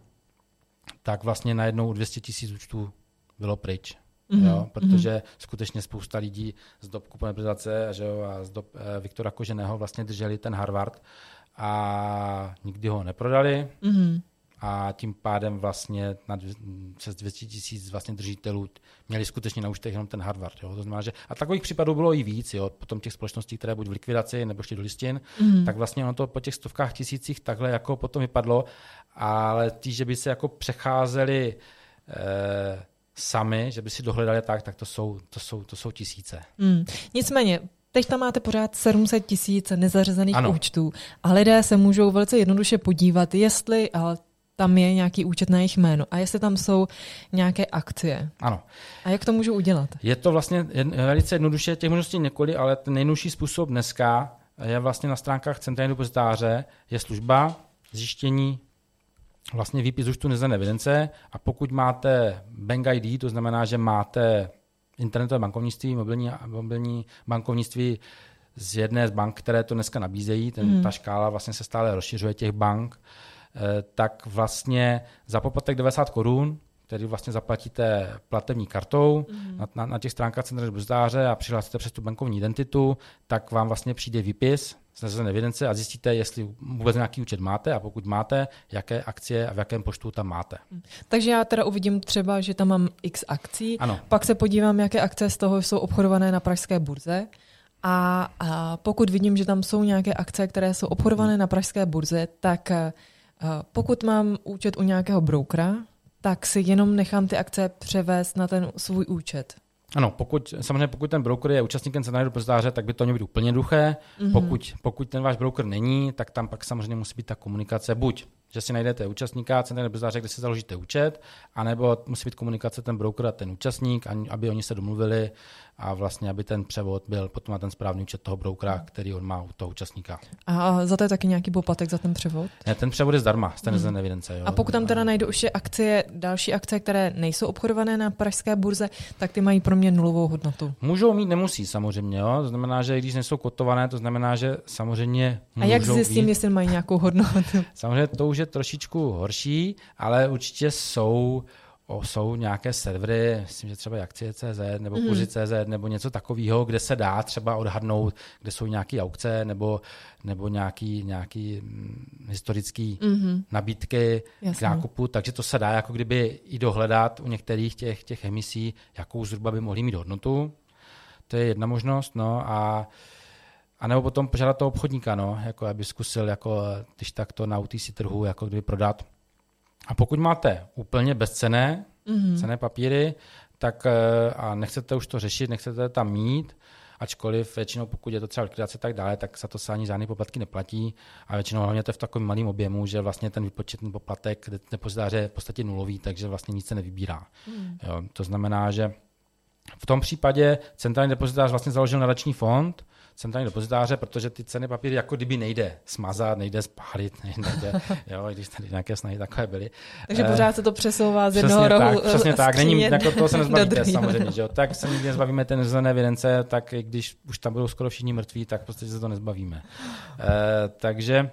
tak vlastně najednou dvě stě tisíc účtů bylo pryč. Mm-hmm. Jo, protože mm-hmm. skutečně spousta lidí z dob kuponové privatizace a z dob eh, Viktora Koženého vlastně drželi ten Harvard a nikdy ho neprodali mm-hmm. a tím pádem vlastně na dvě, přes dvě stě tisíc vlastně držitelů měli skutečně na účtech jenom ten Harvard. Jo. To znamená, že, a takových případů bylo i víc, jo, potom těch společností, které buď v likvidaci nebo šly do listin, mm-hmm. tak vlastně ono to po těch stovkách tisících takhle jako potom vypadlo, ale tí, že by se jako přecházeli eh, sami, že by si dohledali tak, tak to jsou, to jsou, to jsou tisíce. Hmm. Nicméně, teď tam máte pořád sedm set tisíc nezařazených ano. účtů a lidé se můžou velice jednoduše podívat, jestli tam je nějaký účet na jejich jméno a jestli tam jsou nějaké akcie. Ano. A jak to můžu udělat? Je to vlastně velice jednoduše, těch možností několik, ale ten nejjednodušší způsob dneska je vlastně na stránkách centrální depozitáře, je služba zjištění vlastně výpis účtu nezařazené evidence a pokud máte Bank I D, to znamená, že máte internetové bankovnictví, mobilní, mobilní bankovnictví z jedné z bank, které to dneska nabízejí, ten, mm. ta škála vlastně se stále rozšiřuje těch bank, eh, tak vlastně za poplatek devadesát korun, který vlastně zaplatíte platební kartou mm. na, na, na těch stránkách centrální depozitáře a přihlásíte přes tu bankovní identitu, tak vám vlastně přijde výpis z nezařazené evidence a zjistíte, jestli vůbec nějaký účet máte a pokud máte, jaké akcie a v jakém počtu tam máte. Takže já teda uvidím třeba, že tam mám x akcí, ano. Pak se podívám, jaké akcie z toho jsou obchodované na pražské burze a, a pokud vidím, že tam jsou nějaké akcie, které jsou obchodované hmm. na pražské burze, tak pokud mám účet u nějakého brokera, tak si jenom nechám ty akcie převést na ten svůj účet. Ano, pokud, samozřejmě pokud ten broker je účastníkem centrálního depozitáře, tak by to mělo být úplně jednoduché. Mm-hmm. Pokud, pokud ten váš broker není, tak tam pak samozřejmě musí být ta komunikace buď, že si najdete účastníka centrálního depozitáře, kde si založíte účet, anebo musí být komunikace ten broker a ten účastník, aby oni se domluvili a vlastně, aby ten převod byl potom na ten správný účet toho brokera, který on má u toho účastníka. A za to je taky nějaký poplatek za ten převod? Ne, ten převod je zdarma, z té nezařazené evidence. Jo. A pokud tam teda najdu už akcie, další akcie, které nejsou obchodované na pražské burze, tak ty mají pro mě nulovou hodnotu. Můžou mít, nemusí samozřejmě. Jo. To znamená, že když nejsou kotované, to znamená, že samozřejmě můžou. A jak zjistím, jestli mají nějakou hodnotu? Samozřejmě to už je trošičku horší, ale určitě jsou O, jsou nějaké servery, myslím, že třeba akcie tečka cé zet nebo kurzy tečka cé zet nebo něco takového, kde se dá třeba odhadnout, kde jsou nějaké aukce nebo, nebo nějaký, nějaký hm, historický mm-hmm. nabídky Jasně. k nákupu, takže to se dá jako kdyby i dohledat u některých těch, těch emisí, jakou zhruba by mohly mít hodnotu. To je jedna možnost. No, a A nebo potom požádat toho obchodníka, no, jako aby zkusil, jako, když tak to na U T C trhu jako kdyby prodat. A pokud máte úplně bezcenné mm-hmm. cenné papíry, tak a nechcete už to řešit, nechcete tam mít, ačkoliv většinou pokud je to třeba likvidace tak dále, tak za to se ani žádný poplatky neplatí a většinou hlavně to je v takovém malém objemu, že vlastně ten výpočetní poplatek depozitáře je v podstatě nulový, takže vlastně nic se nevybírá. Mm. Jo, to znamená, že v tom případě centrální depozitář vlastně založil nadační fond, centrální depozitáře, protože ty cenné papíry jako kdyby nejde smazat, nejde spálit, nejde, jo, když tady nějaké snahy takové byly. Takže pořád se to přesouvá z přesně jednoho rohu. Tak, přesně tak, není, jako toho se nezbavíte do samozřejmě, že jo. Tak se nikdy nezbavíme té nezelené evidence, tak když už tam budou skoro všichni mrtví, tak prostě se to nezbavíme. E, takže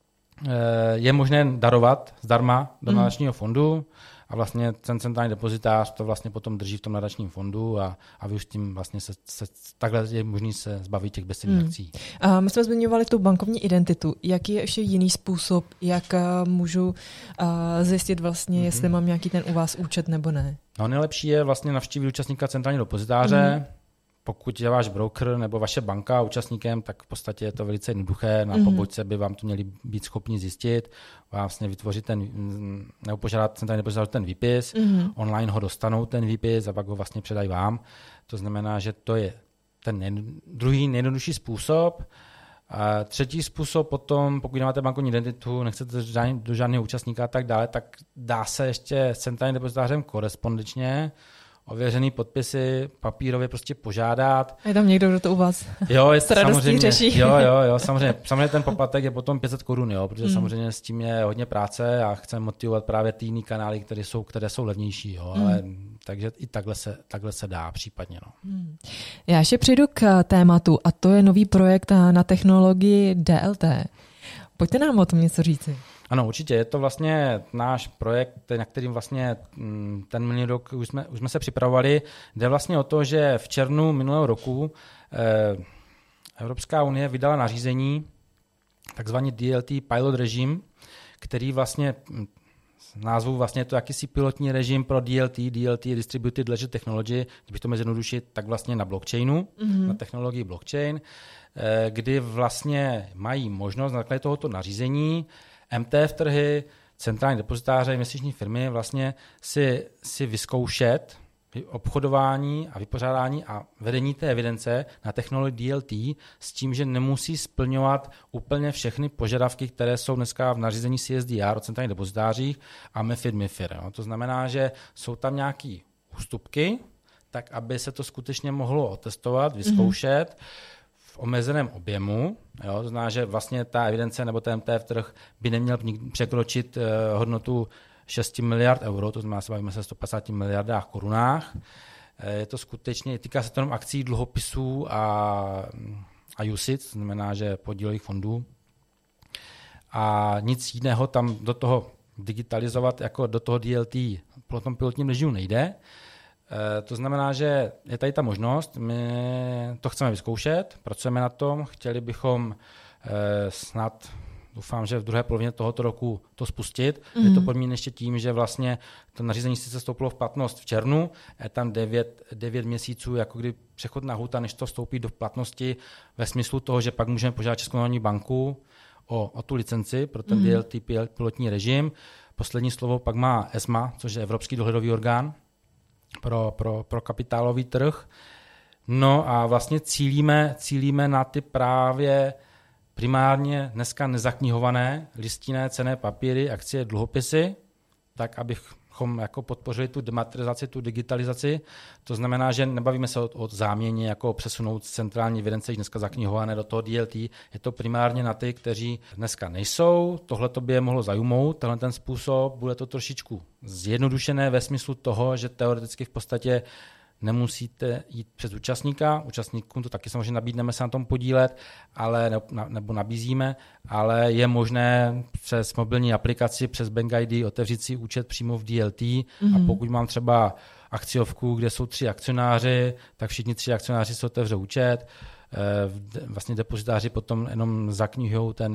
e, je možné darovat zdarma do nadačního fondu, a vlastně ten centrální depozitář to vlastně potom drží v tom nadačním fondu a, a vy už tím vlastně se, se takhle je možný se zbavit těch bezcenných hmm. akcí. A my jsme zmiňovali tu bankovní identitu. Jaký je ještě jiný způsob, jak uh, můžu uh, zjistit vlastně, mm-hmm. jestli mám nějaký ten u vás účet nebo ne? No nejlepší je vlastně navštívit účastníka centrálního depozitáře. Mm. Pokud je váš broker nebo vaše banka účastníkem, tak v podstatě je to velice jednoduché. Na mm-hmm. pobočce by vám to měli být schopni zjistit, vlastně vytvořit ten, nebo požádat centrální depozitář ten výpis, mm-hmm. online ho dostanou ten výpis a pak ho vlastně předají vám. To znamená, že to je ten nej, druhý nejjednodušší způsob. A třetí způsob potom, pokud nemáte bankovní identitu, nechcete do žádného účastníka a tak dále, tak dá se ještě s centrálním depozitářem korespondenčně ověřený podpisy papírově prostě požádat. Je tam někdo, kdo to u vás jo, je s radostí řeší. Jo, jo, jo, samozřejmě, samozřejmě ten poplatek je potom pět set korun, jo, protože mm. samozřejmě s tím je hodně práce a chceme motivovat právě ty jiný kanály, které jsou, které jsou levnější, jo, mm. ale takže i takhle se, takhle se dá případně. No. Mm. Já ještě přijdu k tématu a to je nový projekt na technologii D L T. Pojďte nám o tom něco říci. Ano, určitě. Je to vlastně náš projekt, na kterým vlastně ten minulý rok už jsme, už jsme se připravovali. Jde vlastně o to, že v červnu minulého roku eh, Evropská unie vydala nařízení, takzvaný D L T pilot režim, který vlastně z názvu vlastně je to jakýsi pilotní režim pro D L T, D L T Distributed Ledger Technology, kdybych to měl zjednodušit, tak vlastně na blockchainu, mm-hmm. na technologii blockchain, eh, kdy vlastně mají možnost na základě tohoto nařízení M T F trhy, centrální depozitáře, investiční firmy vlastně si, si vyzkoušet obchodování a vypořádání a vedení té evidence na technologii D L T s tím, že nemusí splňovat úplně všechny požadavky, které jsou dneska v nařízení C S D R o centrálních depozitářích a MiFID, MiFIR. No. To znamená, že jsou tam nějaké ústupky, tak aby se to skutečně mohlo otestovat, vyzkoušet, mm-hmm. v omezeném objemu, jo, to znamená, že vlastně ta evidence nebo ten M T F trh by neměl překročit uh, hodnotu šest miliard euro, to znamená, se bavíme se o sto padesát miliardách korunách. Je to skutečně, týká se to jenom akcí, dluhopisů a, a U C I T, to znamená, že podílových fondů. A nic jiného tam do toho digitalizovat, jako do toho D L T po tom pilotním režimu nejde. To znamená, že je tady ta možnost, my to chceme vyzkoušet, pracujeme na tom, chtěli bychom snad, doufám, že v druhé polovině tohoto roku to spustit. Mm-hmm. Je to podmíněno ještě tím, že vlastně to nařízení sice vstoupilo v platnost v červnu, je tam devět měsíců, jako kdy přechodná lhůta, než to vstoupí do platnosti ve smyslu toho, že pak můžeme požádat Českou národní banku o, o tu licenci pro ten mm-hmm. D L T pilotní režim. Poslední slovo pak má E S M A, což je Evropský dohledový orgán pro, pro, pro kapitálový trh. No a vlastně cílíme, cílíme na ty právě primárně dneska nezaknihované listinné cenné papíry, akcie, dluhopisy, tak abychom jako podpořili tu dematerializaci, tu digitalizaci. To znamená, že nebavíme se o, o záměně, jako přesunout centrální evidence, dneska zaknihované do toho D L T. Je to primárně na ty, kteří dneska nejsou. Tohle to by je mohlo zajmout, tenhle ten způsob. Bude to trošičku zjednodušené ve smyslu toho, že teoreticky v podstatě nemusíte jít přes účastníka, účastníkům to taky samozřejmě nabídneme se na tom podílet, ale ne, nebo nabízíme, ale je možné přes mobilní aplikaci, přes Bank I D otevřít si účet přímo v D L T mm-hmm. a pokud mám třeba akciovku, kde jsou tři akcionáři, tak všichni tři akcionáři si otevřou účet, vlastně depozitáři potom jenom zaknihujou ten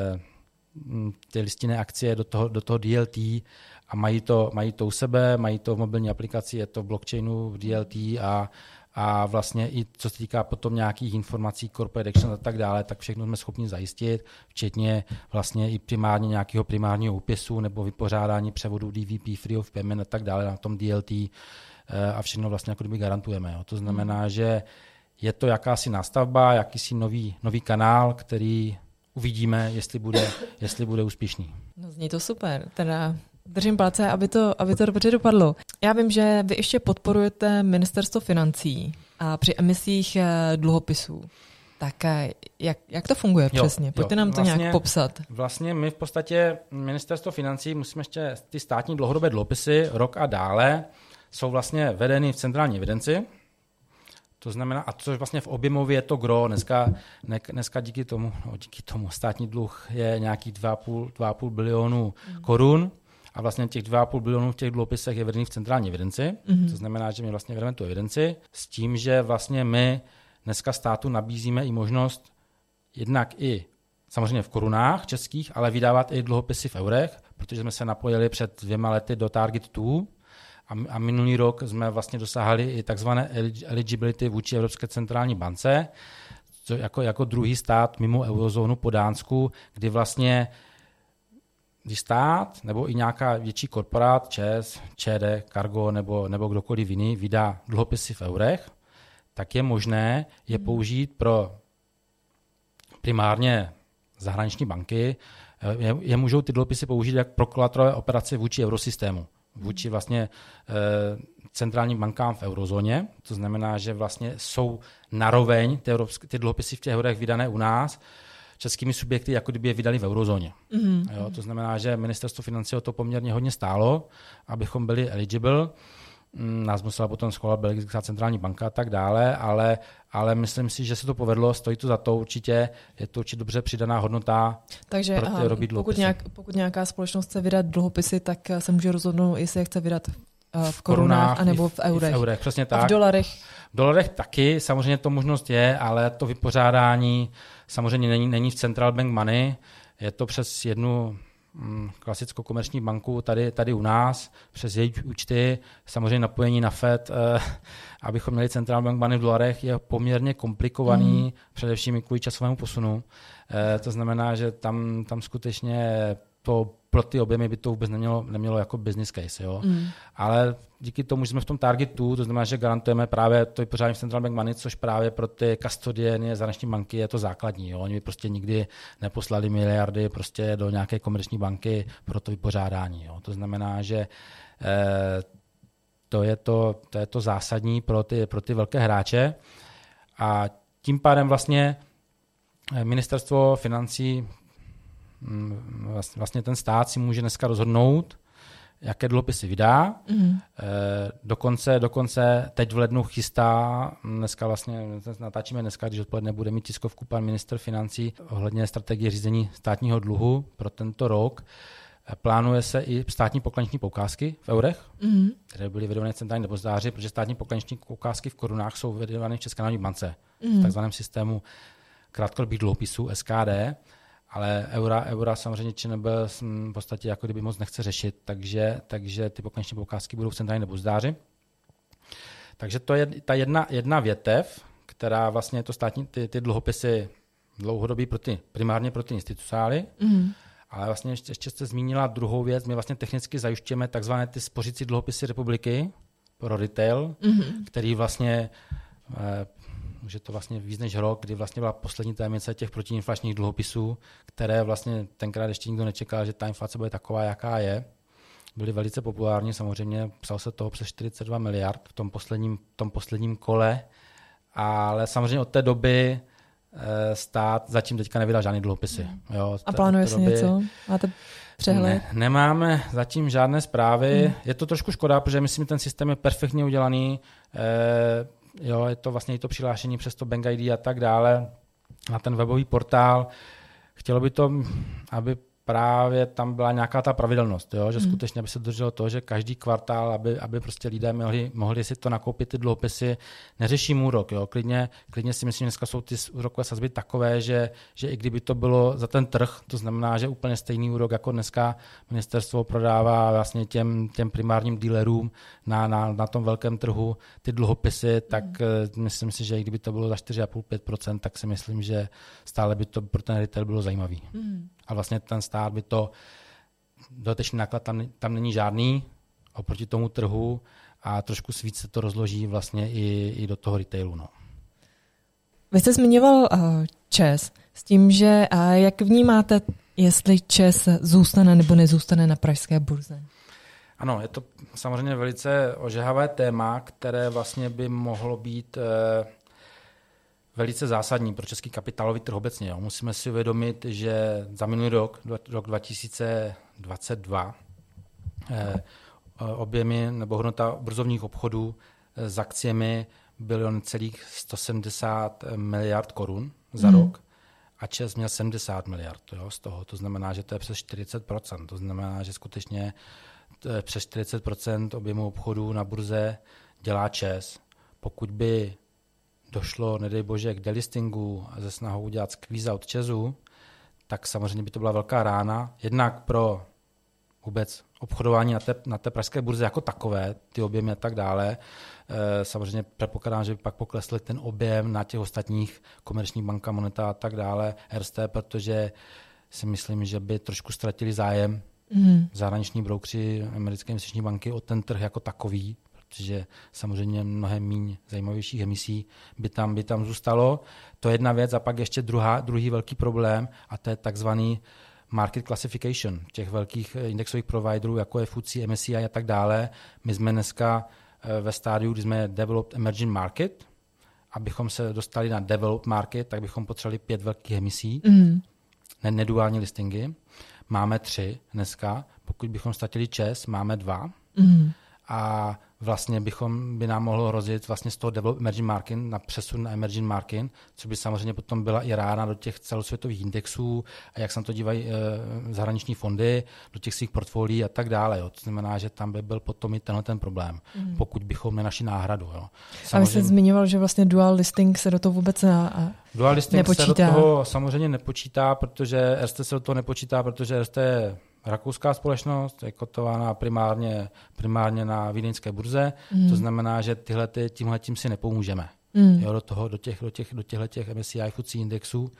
ty listinné akcie do toho, do toho D L T a mají to, mají to u sebe, mají to v mobilní aplikaci, je to v blockchainu, v D L T a, a vlastně i co se týká potom nějakých informací, corporate action a tak dále, tak všechno jsme schopni zajistit, včetně vlastně i primárně nějakého primárního úpisu nebo vypořádání převodu D V P, free of payment a tak dále na tom D L T a všechno vlastně jako kdyby garantujeme. Jo. To znamená, že je to jakási nástavba, jakýsi nový, nový kanál, který uvidíme, jestli bude, jestli bude úspěšný. No zní to super, teda držím palce, aby to, aby to dobře dopadlo. Já vím, že vy ještě podporujete ministerstvo financí a při emisích dluhopisů. Tak jak, jak to funguje jo, přesně? Pojďte jo, nám to vlastně, nějak popsat. Vlastně my v podstatě ministerstvo financí musíme ještě ty státní dlouhodobé dluhopisy rok a dále jsou vlastně vedeny v centrální evidenci. To znamená, a což vlastně v objemově je to gro. Dneska, ne, dneska díky tomu, no, díky tomu státní dluh je nějaký dva a půl bilionu mm. korun a vlastně těch dva a půl bilionu v těch dluhopisech je vedený v centrální evidenci. Mm. To znamená, že my vlastně vedeme tu evidenci s tím, že vlastně my dneska státu nabízíme i možnost jednak i samozřejmě v korunách českých, ale vydávat i dluhopisy v eurech, protože jsme se napojili před dvěma lety do Target dva a minulý rok jsme vlastně dosáhli i takzvané eligibility vůči Evropské centrální bance, co jako, jako druhý stát mimo eurozónu po Dánsku, kdy vlastně když stát nebo i nějaká větší korporát, ČEZ, ČD, Cargo nebo, nebo kdokoliv jiný vydá dluhopisy v eurech, tak je možné je použít pro primárně zahraniční banky. Je, je můžou ty dluhopisy použít jak pro kolaterové operace vůči eurosystému, vůči vlastně e, centrálním bankám v eurozóně. To znamená, že vlastně jsou naroveň ty, evropské, ty dluhopisy v těch eurech vydané u nás českými subjekty, jako kdyby je vydali v eurozóně. Mm-hmm. Jo, to znamená, že ministerstvo financí o to poměrně hodně stálo, abychom byli eligible. Nás musela potom schovat Belgická centrální banka a tak dále, ale, ale myslím si, že se to povedlo, stojí to za to určitě, je to určitě dobře přidaná hodnota. Takže pro ty aha, pokud, nějak, pokud nějaká společnost chce vydat dluhopisy, tak se může rozhodnout, jestli je chce vydat v korunách anebo v eurech. V eurech, přesně tak. A v dolarech? V dolarech taky, samozřejmě to možnost je, ale to vypořádání samozřejmě není, není v Central Bank Money, je to přes jednu klasickou komerční banku tady, tady u nás, přes její účty, samozřejmě napojení na Fed, eh, abychom měli Central Bank Money v dolarech, je poměrně komplikovaný, mm. především kvůli časovému posunu. Eh, to znamená, že tam, tam skutečně to, pro ty objemy by to vůbec nemělo, nemělo jako business case. Jo? Mm. Ale díky tomu, že jsme v tom targetu, to znamená, že garantujeme právě to vypořádání v Central Bank Money, což právě pro ty custodiany zahraniční banky je to základní. Jo? Oni by prostě nikdy neposlali miliardy prostě do nějaké komerční banky pro to vypořádání. Jo? To znamená, že eh, to, je to, to je to zásadní pro ty, pro ty velké hráče. A tím pádem vlastně ministerstvo financí, vlastně ten stát si může dneska rozhodnout, jaké dluhopisy vydá. Mm. Dokonce, dokonce teď v lednu chystá, dneska vlastně natáčíme dneska, když odpoledne bude mít tiskovku pan ministr financí ohledně strategie řízení státního dluhu pro tento rok. Plánuje se i státní pokladniční poukázky v eurech, mm. které byly vydány v centrální depozitáři, protože státní pokladniční poukázky v korunách jsou vydány v České národní bance, mm. v takzvaném systému krátkodobých dluhopisů S K D. Ale eura, eura samozřejmě ČNB v podstatě jako kdyby moc nechce řešit, takže, takže ty pokladniční poukázky budou v centrální depozdáři. Takže to je ta jedna, jedna větev, která vlastně je to státní, ty, ty dluhopisy dlouhodobí pro ty, primárně pro ty institucionály, mm. ale vlastně ještě, ještě jste zmínila druhou věc, my vlastně technicky zajišťujeme takzvané ty spořící dluhopisy republiky pro retail, mm. který vlastně eh, už je to vlastně víc než rok, kdy vlastně byla poslední tajemnice těch protiinflačních dluhopisů, které vlastně tenkrát ještě nikdo nečekal, že ta inflace bude taková, jaká je. Byly velice populární, samozřejmě psal se toho přes čtyřicet dva miliard v tom posledním, tom posledním kole, ale samozřejmě od té doby e, stát zatím teďka nevydal žádný dluhopisy. Jo, a plánuje se něco? Máte přehled? Ne, nemáme zatím žádné zprávy. Hmm. Je to trošku škoda, protože myslím, že ten systém je perfektně udělaný. E, Jo, je to vlastně i to přihlášení přes to Bank I D a tak dále na ten webový portál. Chtělo by to, aby právě tam byla nějaká ta pravidelnost, jo? Že mm. skutečně aby se drželo to, že každý kvartál, aby, aby prostě lidé mohli, mohli si to nakoupit, ty dluhopisy, neřeším úrok. Jo? Klidně, klidně si myslím, že dneska jsou ty úrokové sazby takové, že, že i kdyby to bylo za ten trh, to znamená, že úplně stejný úrok, jako dneska ministerstvo prodává vlastně těm, těm primárním dealerům na, na, na tom velkém trhu ty dluhopisy, tak mm. myslím si, že i kdyby to bylo za čtyři a půl až pět procent, tak si myslím, že stále by to pro ten retail bylo zajímavý. Mm. A vlastně ten stát by to, dodatečný náklad tam, tam není žádný oproti tomu trhu a trošku víc se to rozloží vlastně i, i do toho retailu. No. Vy jste zmiňoval uh, ČEZ s tím, že uh, jak vnímáte, jestli ČEZ zůstane nebo nezůstane na pražské burze? Ano, je to samozřejmě velice ožehavé téma, které vlastně by mohlo být uh, velice zásadní pro český kapitálový trh obecně. Jo. Musíme si uvědomit, že za minulý rok, rok dva tisíce dvacet dva, eh, objemy nebo hodnota burzovních obchodů eh, s akciemi bylo necelých sto sedmdesát miliard korun za hmm. rok a ČEZ měl sedmdesát miliard jo, z toho. To znamená, že to je přes čtyřicet procent. To znamená, že skutečně přes čtyřicet procent objemu obchodů na burze dělá ČEZ. Pokud by došlo, nedej bože, k delistingu a ze snahou udělat squeeze out ČEZu, tak samozřejmě by to byla velká rána. Jednak pro vůbec obchodování na té, na té pražské burze jako takové, ty objemy a tak dále. E, samozřejmě předpokládám, že by pak poklesl ten objem na těch ostatních komerčních banka, Moneta a tak dále, R S T, protože si myslím, že by trošku ztratili zájem mm. zahraniční broukři americké investiční banky o ten trh jako takový, protože samozřejmě mnohem méně zajímavějších emisí by tam, by tam zůstalo. To je jedna věc a pak ještě druhá, druhý velký problém a to je takzvaný market classification těch velkých indexových providerů, jako je F T S E, M S C I a tak dále. My jsme dneska ve stádiu, kdy jsme developed emerging market. Abychom se dostali na developed market, tak bychom potřebovali pět velkých emisí, mm. ne, neduální listingy. Máme tři dneska. Pokud bychom ztratili ČEZ, máme dva. Mm. A vlastně bychom, by nám mohlo hrozit vlastně z toho developed emerging market na přesun na emerging market, což by samozřejmě potom byla i rána do těch celosvětových indexů a jak se na to dívají e, zahraniční fondy, do těch svých portfolií a tak dále. Jo. To znamená, že tam by byl potom i tenhle ten problém, mm. pokud bychom nenašli náhradu. Jo. Samozřejmě, a vy jste zmiňoval, že vlastně dual listing se do toho vůbec a dual listing nepočítá. se do toho samozřejmě nepočítá, protože R S T se do toho nepočítá, protože R S T je rakouská společnost, je kotována primárně, primárně na vídeňské burze, mm. to znamená, že tyhle, tímhletím si nepomůžeme mm. jo, do, toho, do, těch, do, těch, do těchto M S C I F T S E indexů.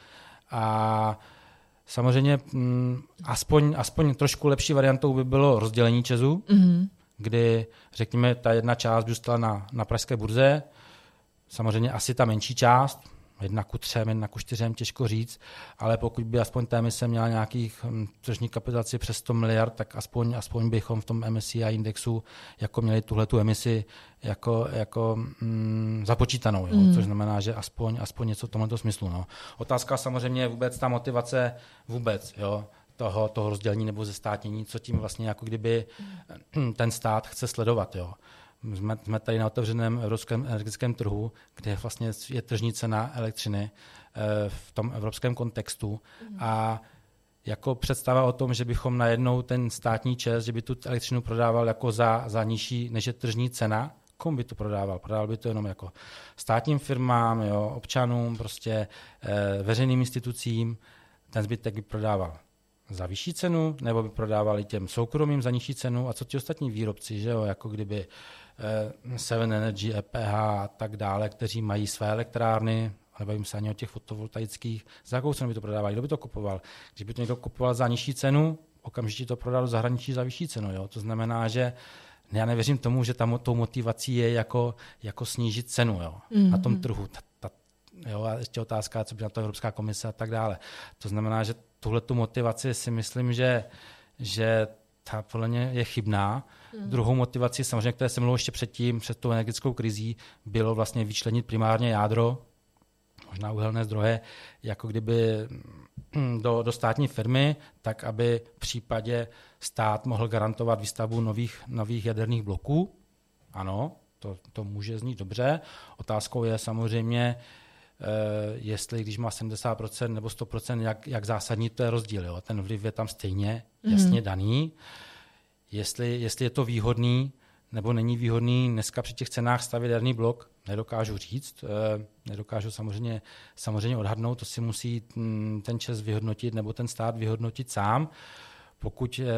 A samozřejmě m, aspoň, aspoň trošku lepší variantou by bylo rozdělení ČEZu, mm. kdy, řekněme, ta jedna část by zůstala na, na pražské burze, samozřejmě asi ta menší část, jedna ku třem, jedna ku čtyřem, těžko říct, ale pokud by aspoň ta emise měla nějakých tržní kapitalizaci přes sto miliard, tak aspoň, aspoň bychom v tom M S C I indexu jako měli tuhletu emisi jako, jako mm, započítanou, jo? Mm. Což znamená, že aspoň, aspoň něco v tomto smyslu. No. Otázka samozřejmě je vůbec ta motivace vůbec, jo? Toho, toho rozdělení nebo zestátnění, co tím vlastně jako kdyby ten stát chce sledovat. Jo? Jsme, jsme tady na otevřeném evropském energetickém trhu, kde vlastně je tržní cena elektřiny v tom evropském kontextu mm. a jako představa o tom, že bychom najednou ten státní ČEZ, že by tu elektřinu prodával jako za, za nižší, než je tržní cena, komu by to prodával? Prodával by to jenom jako státním firmám, jo, občanům, prostě e, veřejným institucím, ten zbytek by prodával za vyšší cenu, nebo by prodávali těm soukromým za nižší cenu a co ti ostatní výrobci, že jo, jako kdyby eh, Seven Energy, E P H a tak dále, kteří mají své elektrárny, nebavím se ani o těch fotovoltaických, za jakou cenu by to prodávali, kdo by to kupoval? Když by to někdo kupoval za nižší cenu, okamžitě to prodal do zahraničí za vyšší cenu, jo? To znamená, že já nevěřím tomu, že tam tou motivací je jako, jako snížit cenu, jo? Mm-hmm. Na tom trhu. Ta, ta, jo? A ještě otázka, co by na to Evropská komise a tak dále. To znamená, že tuhle tu motivaci si myslím, že, že ta podle mě je chybná. Mm. Druhou motivací, samozřejmě, které se mluvilo ještě předtím, před tou energetickou krizí, bylo vlastně vyčlenit primárně jádro, možná uhelné zdroje, jako kdyby do, do státní firmy, tak aby v případě stát mohl garantovat výstavbu nových, nových jaderných bloků. Ano, to, to může znít dobře. Otázkou je samozřejmě, jestli když má sedmdesát procent nebo sto procent, jak, jak zásadní to je rozdíl. Jo? Ten vliv je tam stejně jasně mm. daný. Jestli, jestli je to výhodný nebo není výhodný dneska při těch cenách stavět jaderný blok, nedokážu říct. Nedokážu samozřejmě, samozřejmě odhadnout, to si musí ten ČEZ vyhodnotit nebo ten stát vyhodnotit sám. Pokud je,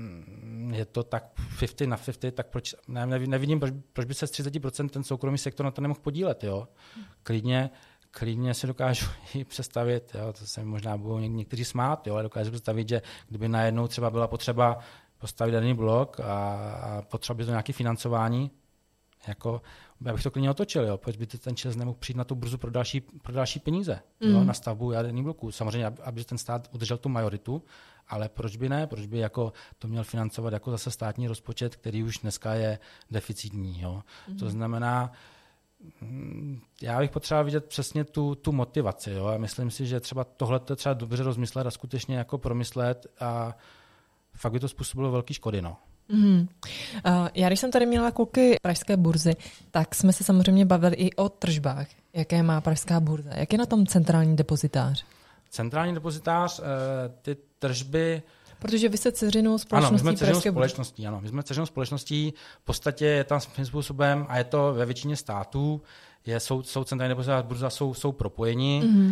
je to tak padesát na padesát, tak proč, ne, nevidím, proč, proč by se z třicet procent ten soukromý sektor na to nemohl podílet. Jo? Klidně Klidně si dokážu i představit, jo, to se možná budou někteří smát, jo, ale dokážu představit, že kdyby najednou třeba byla potřeba postavit daný blok a, a potřeba by to nějaké financování, jako, já bych to klidně otočil, jo, proč by ten ČEZ nemohl přijít na tu burzu pro další, pro další peníze, mm. jo, na stavbu jaderných bloků. Samozřejmě, aby ten stát udržel tu majoritu, ale proč by ne, proč by jako to měl financovat jako zase státní rozpočet, který už dneska je deficitní. Jo. Mm. To znamená, Já bych potřeboval vidět přesně tu, tu motivaci. Jo? A myslím si, že třeba tohle to třeba dobře rozmyslet a skutečně jako promyslet a fakt by to způsobilo velký škody. No. Mm. Uh, já když jsem tady měla kluky pražské burzy, tak jsme se samozřejmě bavili i o tržbách. Jaké má pražská burza? Jak je na tom centrální depozitář? Centrální depozitář, ty tržby... Protože vy jste dceřinou společností. Ano, my jsme dceřinou pražské společností, burzy. Ano, my jsme dceřinou společností, v podstatě je tam svým způsobem, a je to ve většině států, je, jsou, jsou centrální depozitář, burza jsou, jsou propojeni, mm-hmm.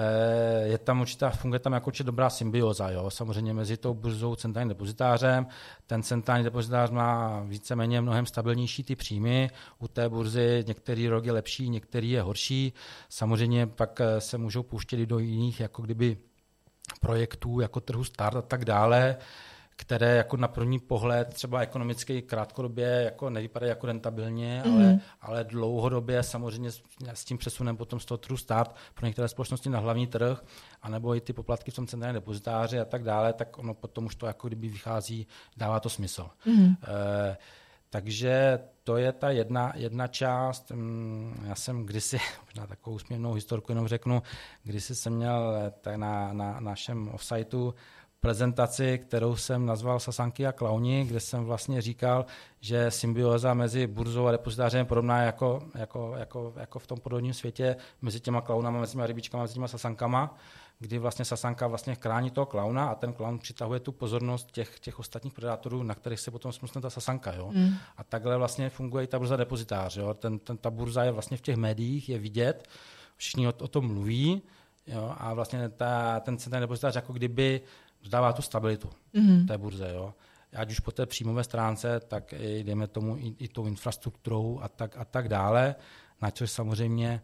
je tam určitá, funguje tam jako určitě dobrá symbioza, jo? Samozřejmě mezi tou burzou centrálním depozitářem. Ten centrální depozitář má víceméně mnohem stabilnější ty příjmy, u té burzy některý rok je lepší, některý je horší. Samozřejmě pak se můžou pouštět i do jiných jako kdyby projektů, jako trhu start a tak dále, které jako na první pohled třeba ekonomicky krátkodobě jako nevypadají jako rentabilně, mm. ale, ale dlouhodobě samozřejmě s, s tím přesunem potom z toho trhu start pro některé společnosti na hlavní trh, anebo i ty poplatky v tom centrálním depozitáři a tak dále, tak ono potom už to jako kdyby vychází, dává to smysl. Mm. E, takže to je ta jedna, jedna část. Já jsem kdysi, možná takovou úsměvnou historku jenom řeknu, kdysi jsem měl na, na našem offsiteu prezentaci, kterou jsem nazval Sasanky a klauni, kde jsem vlastně říkal, že symbioza mezi burzou a depozitářem je podobná jako, jako, jako, jako v tom podobním světě mezi těma klaunama, mezi těma rybičkama, mezi těma sasankama, kdy vlastně sasanka vlastně chrání toho klauna a ten klaun přitahuje tu pozornost těch, těch ostatních predátorů, na kterých se potom smlsne ta sasanka. Jo? Mm. A takhle vlastně funguje i ta burza depozitář. Jo? Ten, ten, ta burza je vlastně v těch médiích, je vidět, všichni o, o tom mluví, jo? A vlastně ta, ten centrální depozitář jako kdyby dodává tu stabilitu mm. té burze. Jo? Ať už po té příjmové stránce, tak i, dejme tomu i, i tou infrastrukturou a tak, a tak dále, na což samozřejmě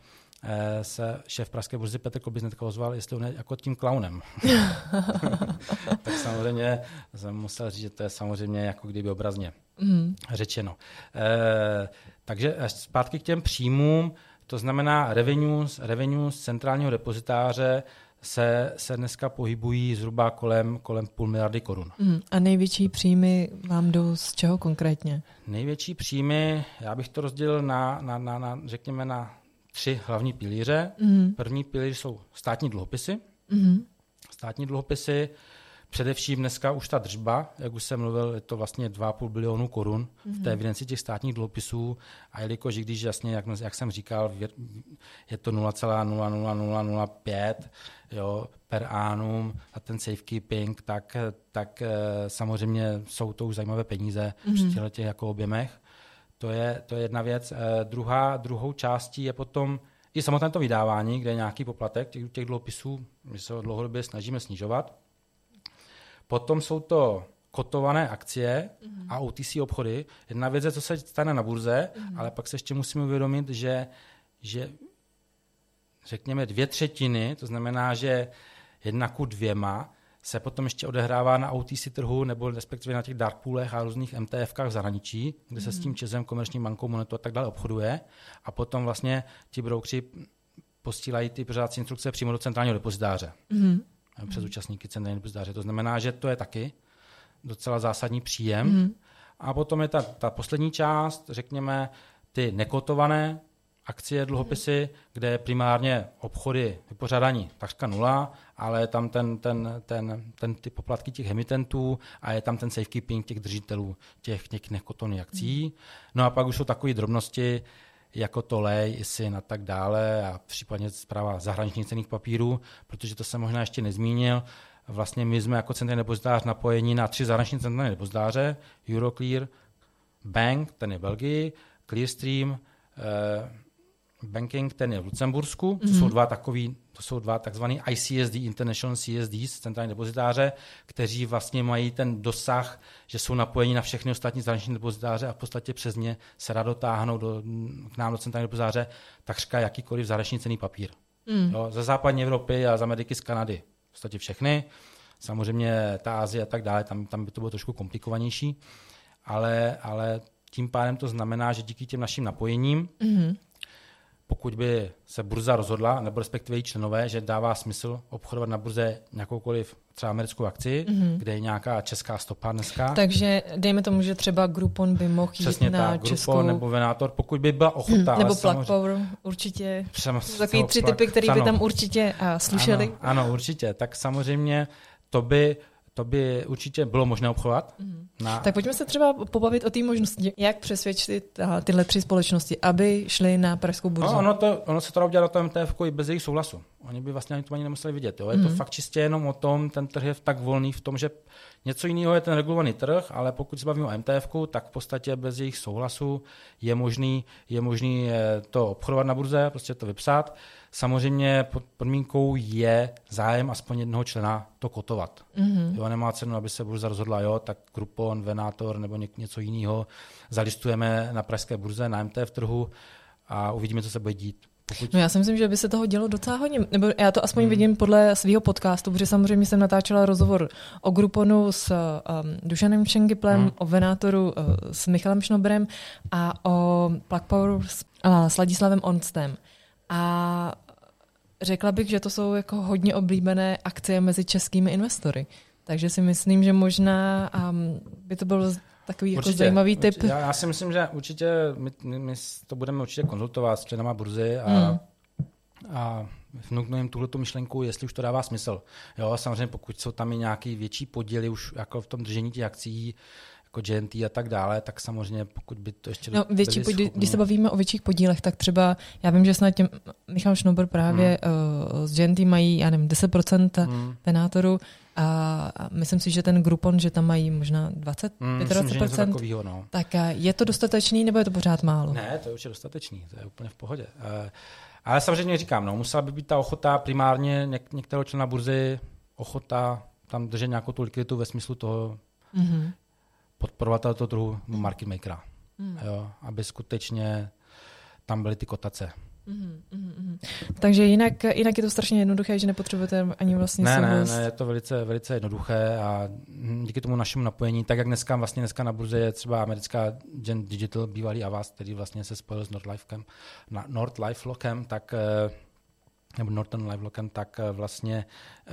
se šéf pražské burzy Petr Kobiz netka ozval, jestli on je jako tím klaunem. Tak samozřejmě jsem musel říct, že to je samozřejmě jako kdyby obrazně mm. řečeno. E, takže zpátky k těm příjmům, to znamená revenues, revenues centrálního depozitáře se, se dneska pohybují zhruba kolem, kolem půl miliardy korun. Mm. A největší příjmy vám jdou z čeho konkrétně? Největší příjmy, já bych to rozdělil na, na, na, na řekněme na tři hlavní pilíře. Mm. První pilíř jsou státní dluhopisy. Mm. Státní dluhopisy, především dneska už ta držba, jak už jsem mluvil, je to vlastně dva a půl bilionu korun mm. v té evidenci těch státních dluhopisů. A jelikož, když jasně, jak, jak jsem říkal, je to nula celá nula nula nula nula pět jo, per annum a ten safekeeping, tak, tak samozřejmě jsou to už zajímavé peníze mm. při těchto těch jako objemech. To je, to je jedna věc. Eh, druhá, druhou částí je potom i samotné to vydávání, kde je nějaký poplatek těch, těch dluhopisů, my se ho dlouhodobě snažíme snižovat. Potom jsou to kotované akcie mm. a O T C obchody. Jedna věc je, co se stane na burze, mm. ale pak se ještě musíme uvědomit, že, že řekněme dvě třetiny, to znamená, že jedna ku dvěma, se potom ještě odehrává na O T C trhu nebo respektive na těch dark poolech a různých M T F kách v zahraničí, kde mm. se s tím ČEZem, komerční bankou, monetou a tak dále obchoduje a potom vlastně ti broukři posílají ty pořádací instrukce přímo do centrálního depozitáře. Mm. Přes účastníky centrálního depozitáře. To znamená, že to je taky docela zásadní příjem. Mm. A potom je ta, ta poslední část, řekněme, ty nekotované akcie, dluhopisy, kde je primárně obchody vypořádání takřka nula, ale je tam ten, ten, ten, ten, ty poplatky těch emitentů a je tam ten safekeeping těch držitelů těch, těch nekotovaných akcí. No a pak už jsou takové drobnosti, jako to lej, I S I N a tak dále a případně správa zahraničních cenných papírů, protože to jsem možná ještě nezmínil. Vlastně my jsme jako centrální depozitář napojení na tři zahraniční centrální depozitáře, Euroclear, Bank, ten je v Belgii, Clearstream, eh, Banking, ten je v Lucembursku, to mm-hmm. jsou dva takový, to jsou dva takzvaný I C S D, International C S Ds, centrální depozitáře, kteří vlastně mají ten dosah, že jsou napojeni na všechny ostatní zahraniční depozitáře a v podstatě přes ně se dá dotáhnout do, k nám do centrální depozitáře takřka jakýkoliv zahraniční cenný papír. Mm. Jo, ze západní Evropy a z Ameriky, z Kanady. V podstatě všechny. Samozřejmě ta Asie a tak dále, tam, tam by to bylo trošku komplikovanější, ale, ale tím pádem to znamená, že díky těm našim napojením mm-hmm. pokud by se burza rozhodla, nebo respektive její členové, že dává smysl obchodovat na burze nějakoukoliv třeba americkou akci, mm-hmm. kde je nějaká česká stopa dneska. Takže dejme tomu, že třeba Groupon by mohl jít Přesně na tak, českou... Groupon nebo Venator, pokud by byla ochota. Nebo Plug Power, určitě. Přem, Takový tři typy, které by tam určitě uh, slušely. Ano, ano, určitě. Tak samozřejmě to by... To by určitě bylo možné obchodovat. Mm. Na... Tak pojďme se třeba pobavit o té možnosti, jak přesvědčit tyhle tři společnosti, aby šly na pražskou burzu. No, ono, to, ono se to dá udělat na tom M T F i bez jejich souhlasu. Oni by vlastně ani to ani nemuseli vidět. Jo? Je mm. to fakt čistě jenom o tom, ten trh je tak volný v tom, že něco jiného je ten regulovaný trh, ale pokud se bavíme o M T F, tak v podstatě bez jejich souhlasu je možný, je možný to obchodovat na burze, prostě to vypsat. Samozřejmě pod podmínkou je zájem aspoň jednoho člena to kotovat. Mm-hmm. Jo, nemá cenu, aby se burza rozhodla, jo, tak Groupon, Venator nebo něco jiného zalistujeme na pražské burze, na M T F trhu a uvidíme, co se bude dít. Pokud... No já si myslím, že by se toho dělo docela hodně. Nebo já to aspoň hmm. vidím podle svého podcastu, protože samozřejmě jsem natáčela rozhovor o Grouponu s um, Dušanem Šengiplem, hmm. o Venatoru uh, s Michalem Šnobrem a o Plug Power s, uh, s Ladislavem Ornstem. A řekla bych, že to jsou jako hodně oblíbené akcie mezi českými investory. Takže si myslím, že možná um, by to bylo takový určitě, jako zajímavý tip. Já, já si myslím, že určitě my, my to budeme určitě konzultovat s členama burzy a, hmm. a vnuknu jim tuhletu myšlenku, jestli už to dává smysl. Jo, samozřejmě pokud jsou tam i nějaký větší podíly už jako v tom držení těch akcí, jako G N T a tak dále, tak samozřejmě pokud by to ještě... No, větší podíl, když se bavíme o větších podílech, tak třeba, já vím, že snad těm, Michal Šnobr právě hmm. uh, z G N T mají, já nevím, deset procent hmm. Venátoru a myslím si, že ten Groupon, že tam mají možná dvacet, hmm, dvacet pět procent. Takovýho, no. Tak je to dostatečný, nebo je to pořád málo? Ne, to je určitě dostatečný, to je úplně v pohodě. Uh, ale samozřejmě říkám, no, musela by být ta ochota primárně něk- některého člena burzy, ochota tam držet nějakou tu likviditu ve smyslu toho, mm-hmm. podporovatel toho trhu market makera, mm. jo, aby skutečně tam byly ty kotace. Mm, mm, mm. Takže jinak, jinak je to strašně jednoduché, že nepotřebujete ani vlastně ne, souhlas. Ne, ne, je to velice, velice jednoduché a díky tomu našemu napojení, tak jak dneska vlastně dneska na burze je třeba americká Gen Digital, bývalý Avast, který vlastně se spojil s Nordlifekem, na Nordlifelockem, tak nebo Norton Lifelockem, tak vlastně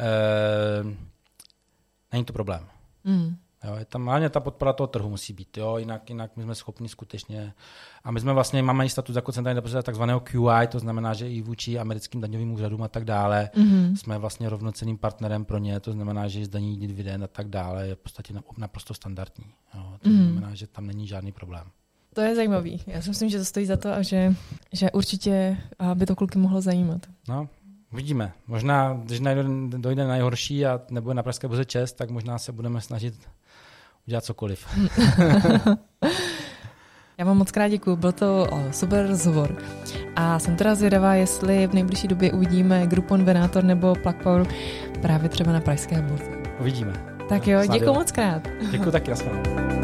eh, není to problém. Mm. Jo, je tam hlavně ta podpora toho trhu musí být, jo, jinak, jinak my jsme schopni skutečně, a my jsme vlastně, máme i status jako centrální depozitář takzvaného Q I, to znamená, že i vůči americkým daňovým úřadům a tak dále, mm-hmm. jsme vlastně rovnocenným partnerem pro ně, to znamená, že zdaní dividend a tak dále je v podstatě naprosto standardní, jo, to mm-hmm. znamená, že tam není žádný problém. To je zajímavý, já si myslím, že to stojí za to a že, že určitě by to kluky mohlo zajímat. No. Vidíme. Možná, když dojde nejhorší a nebude na pražské burze čest, tak možná se budeme snažit udělat cokoliv. Já vám moc krát děkuju, byl to super rozhovor. A jsem teda zvědavá, jestli v nejbližší době uvidíme Groupon, Venator nebo Plug Power právě třeba na pražské burze. Uvidíme. Tak jo, děkuju moc krát. Děkuju taky, nashledanou.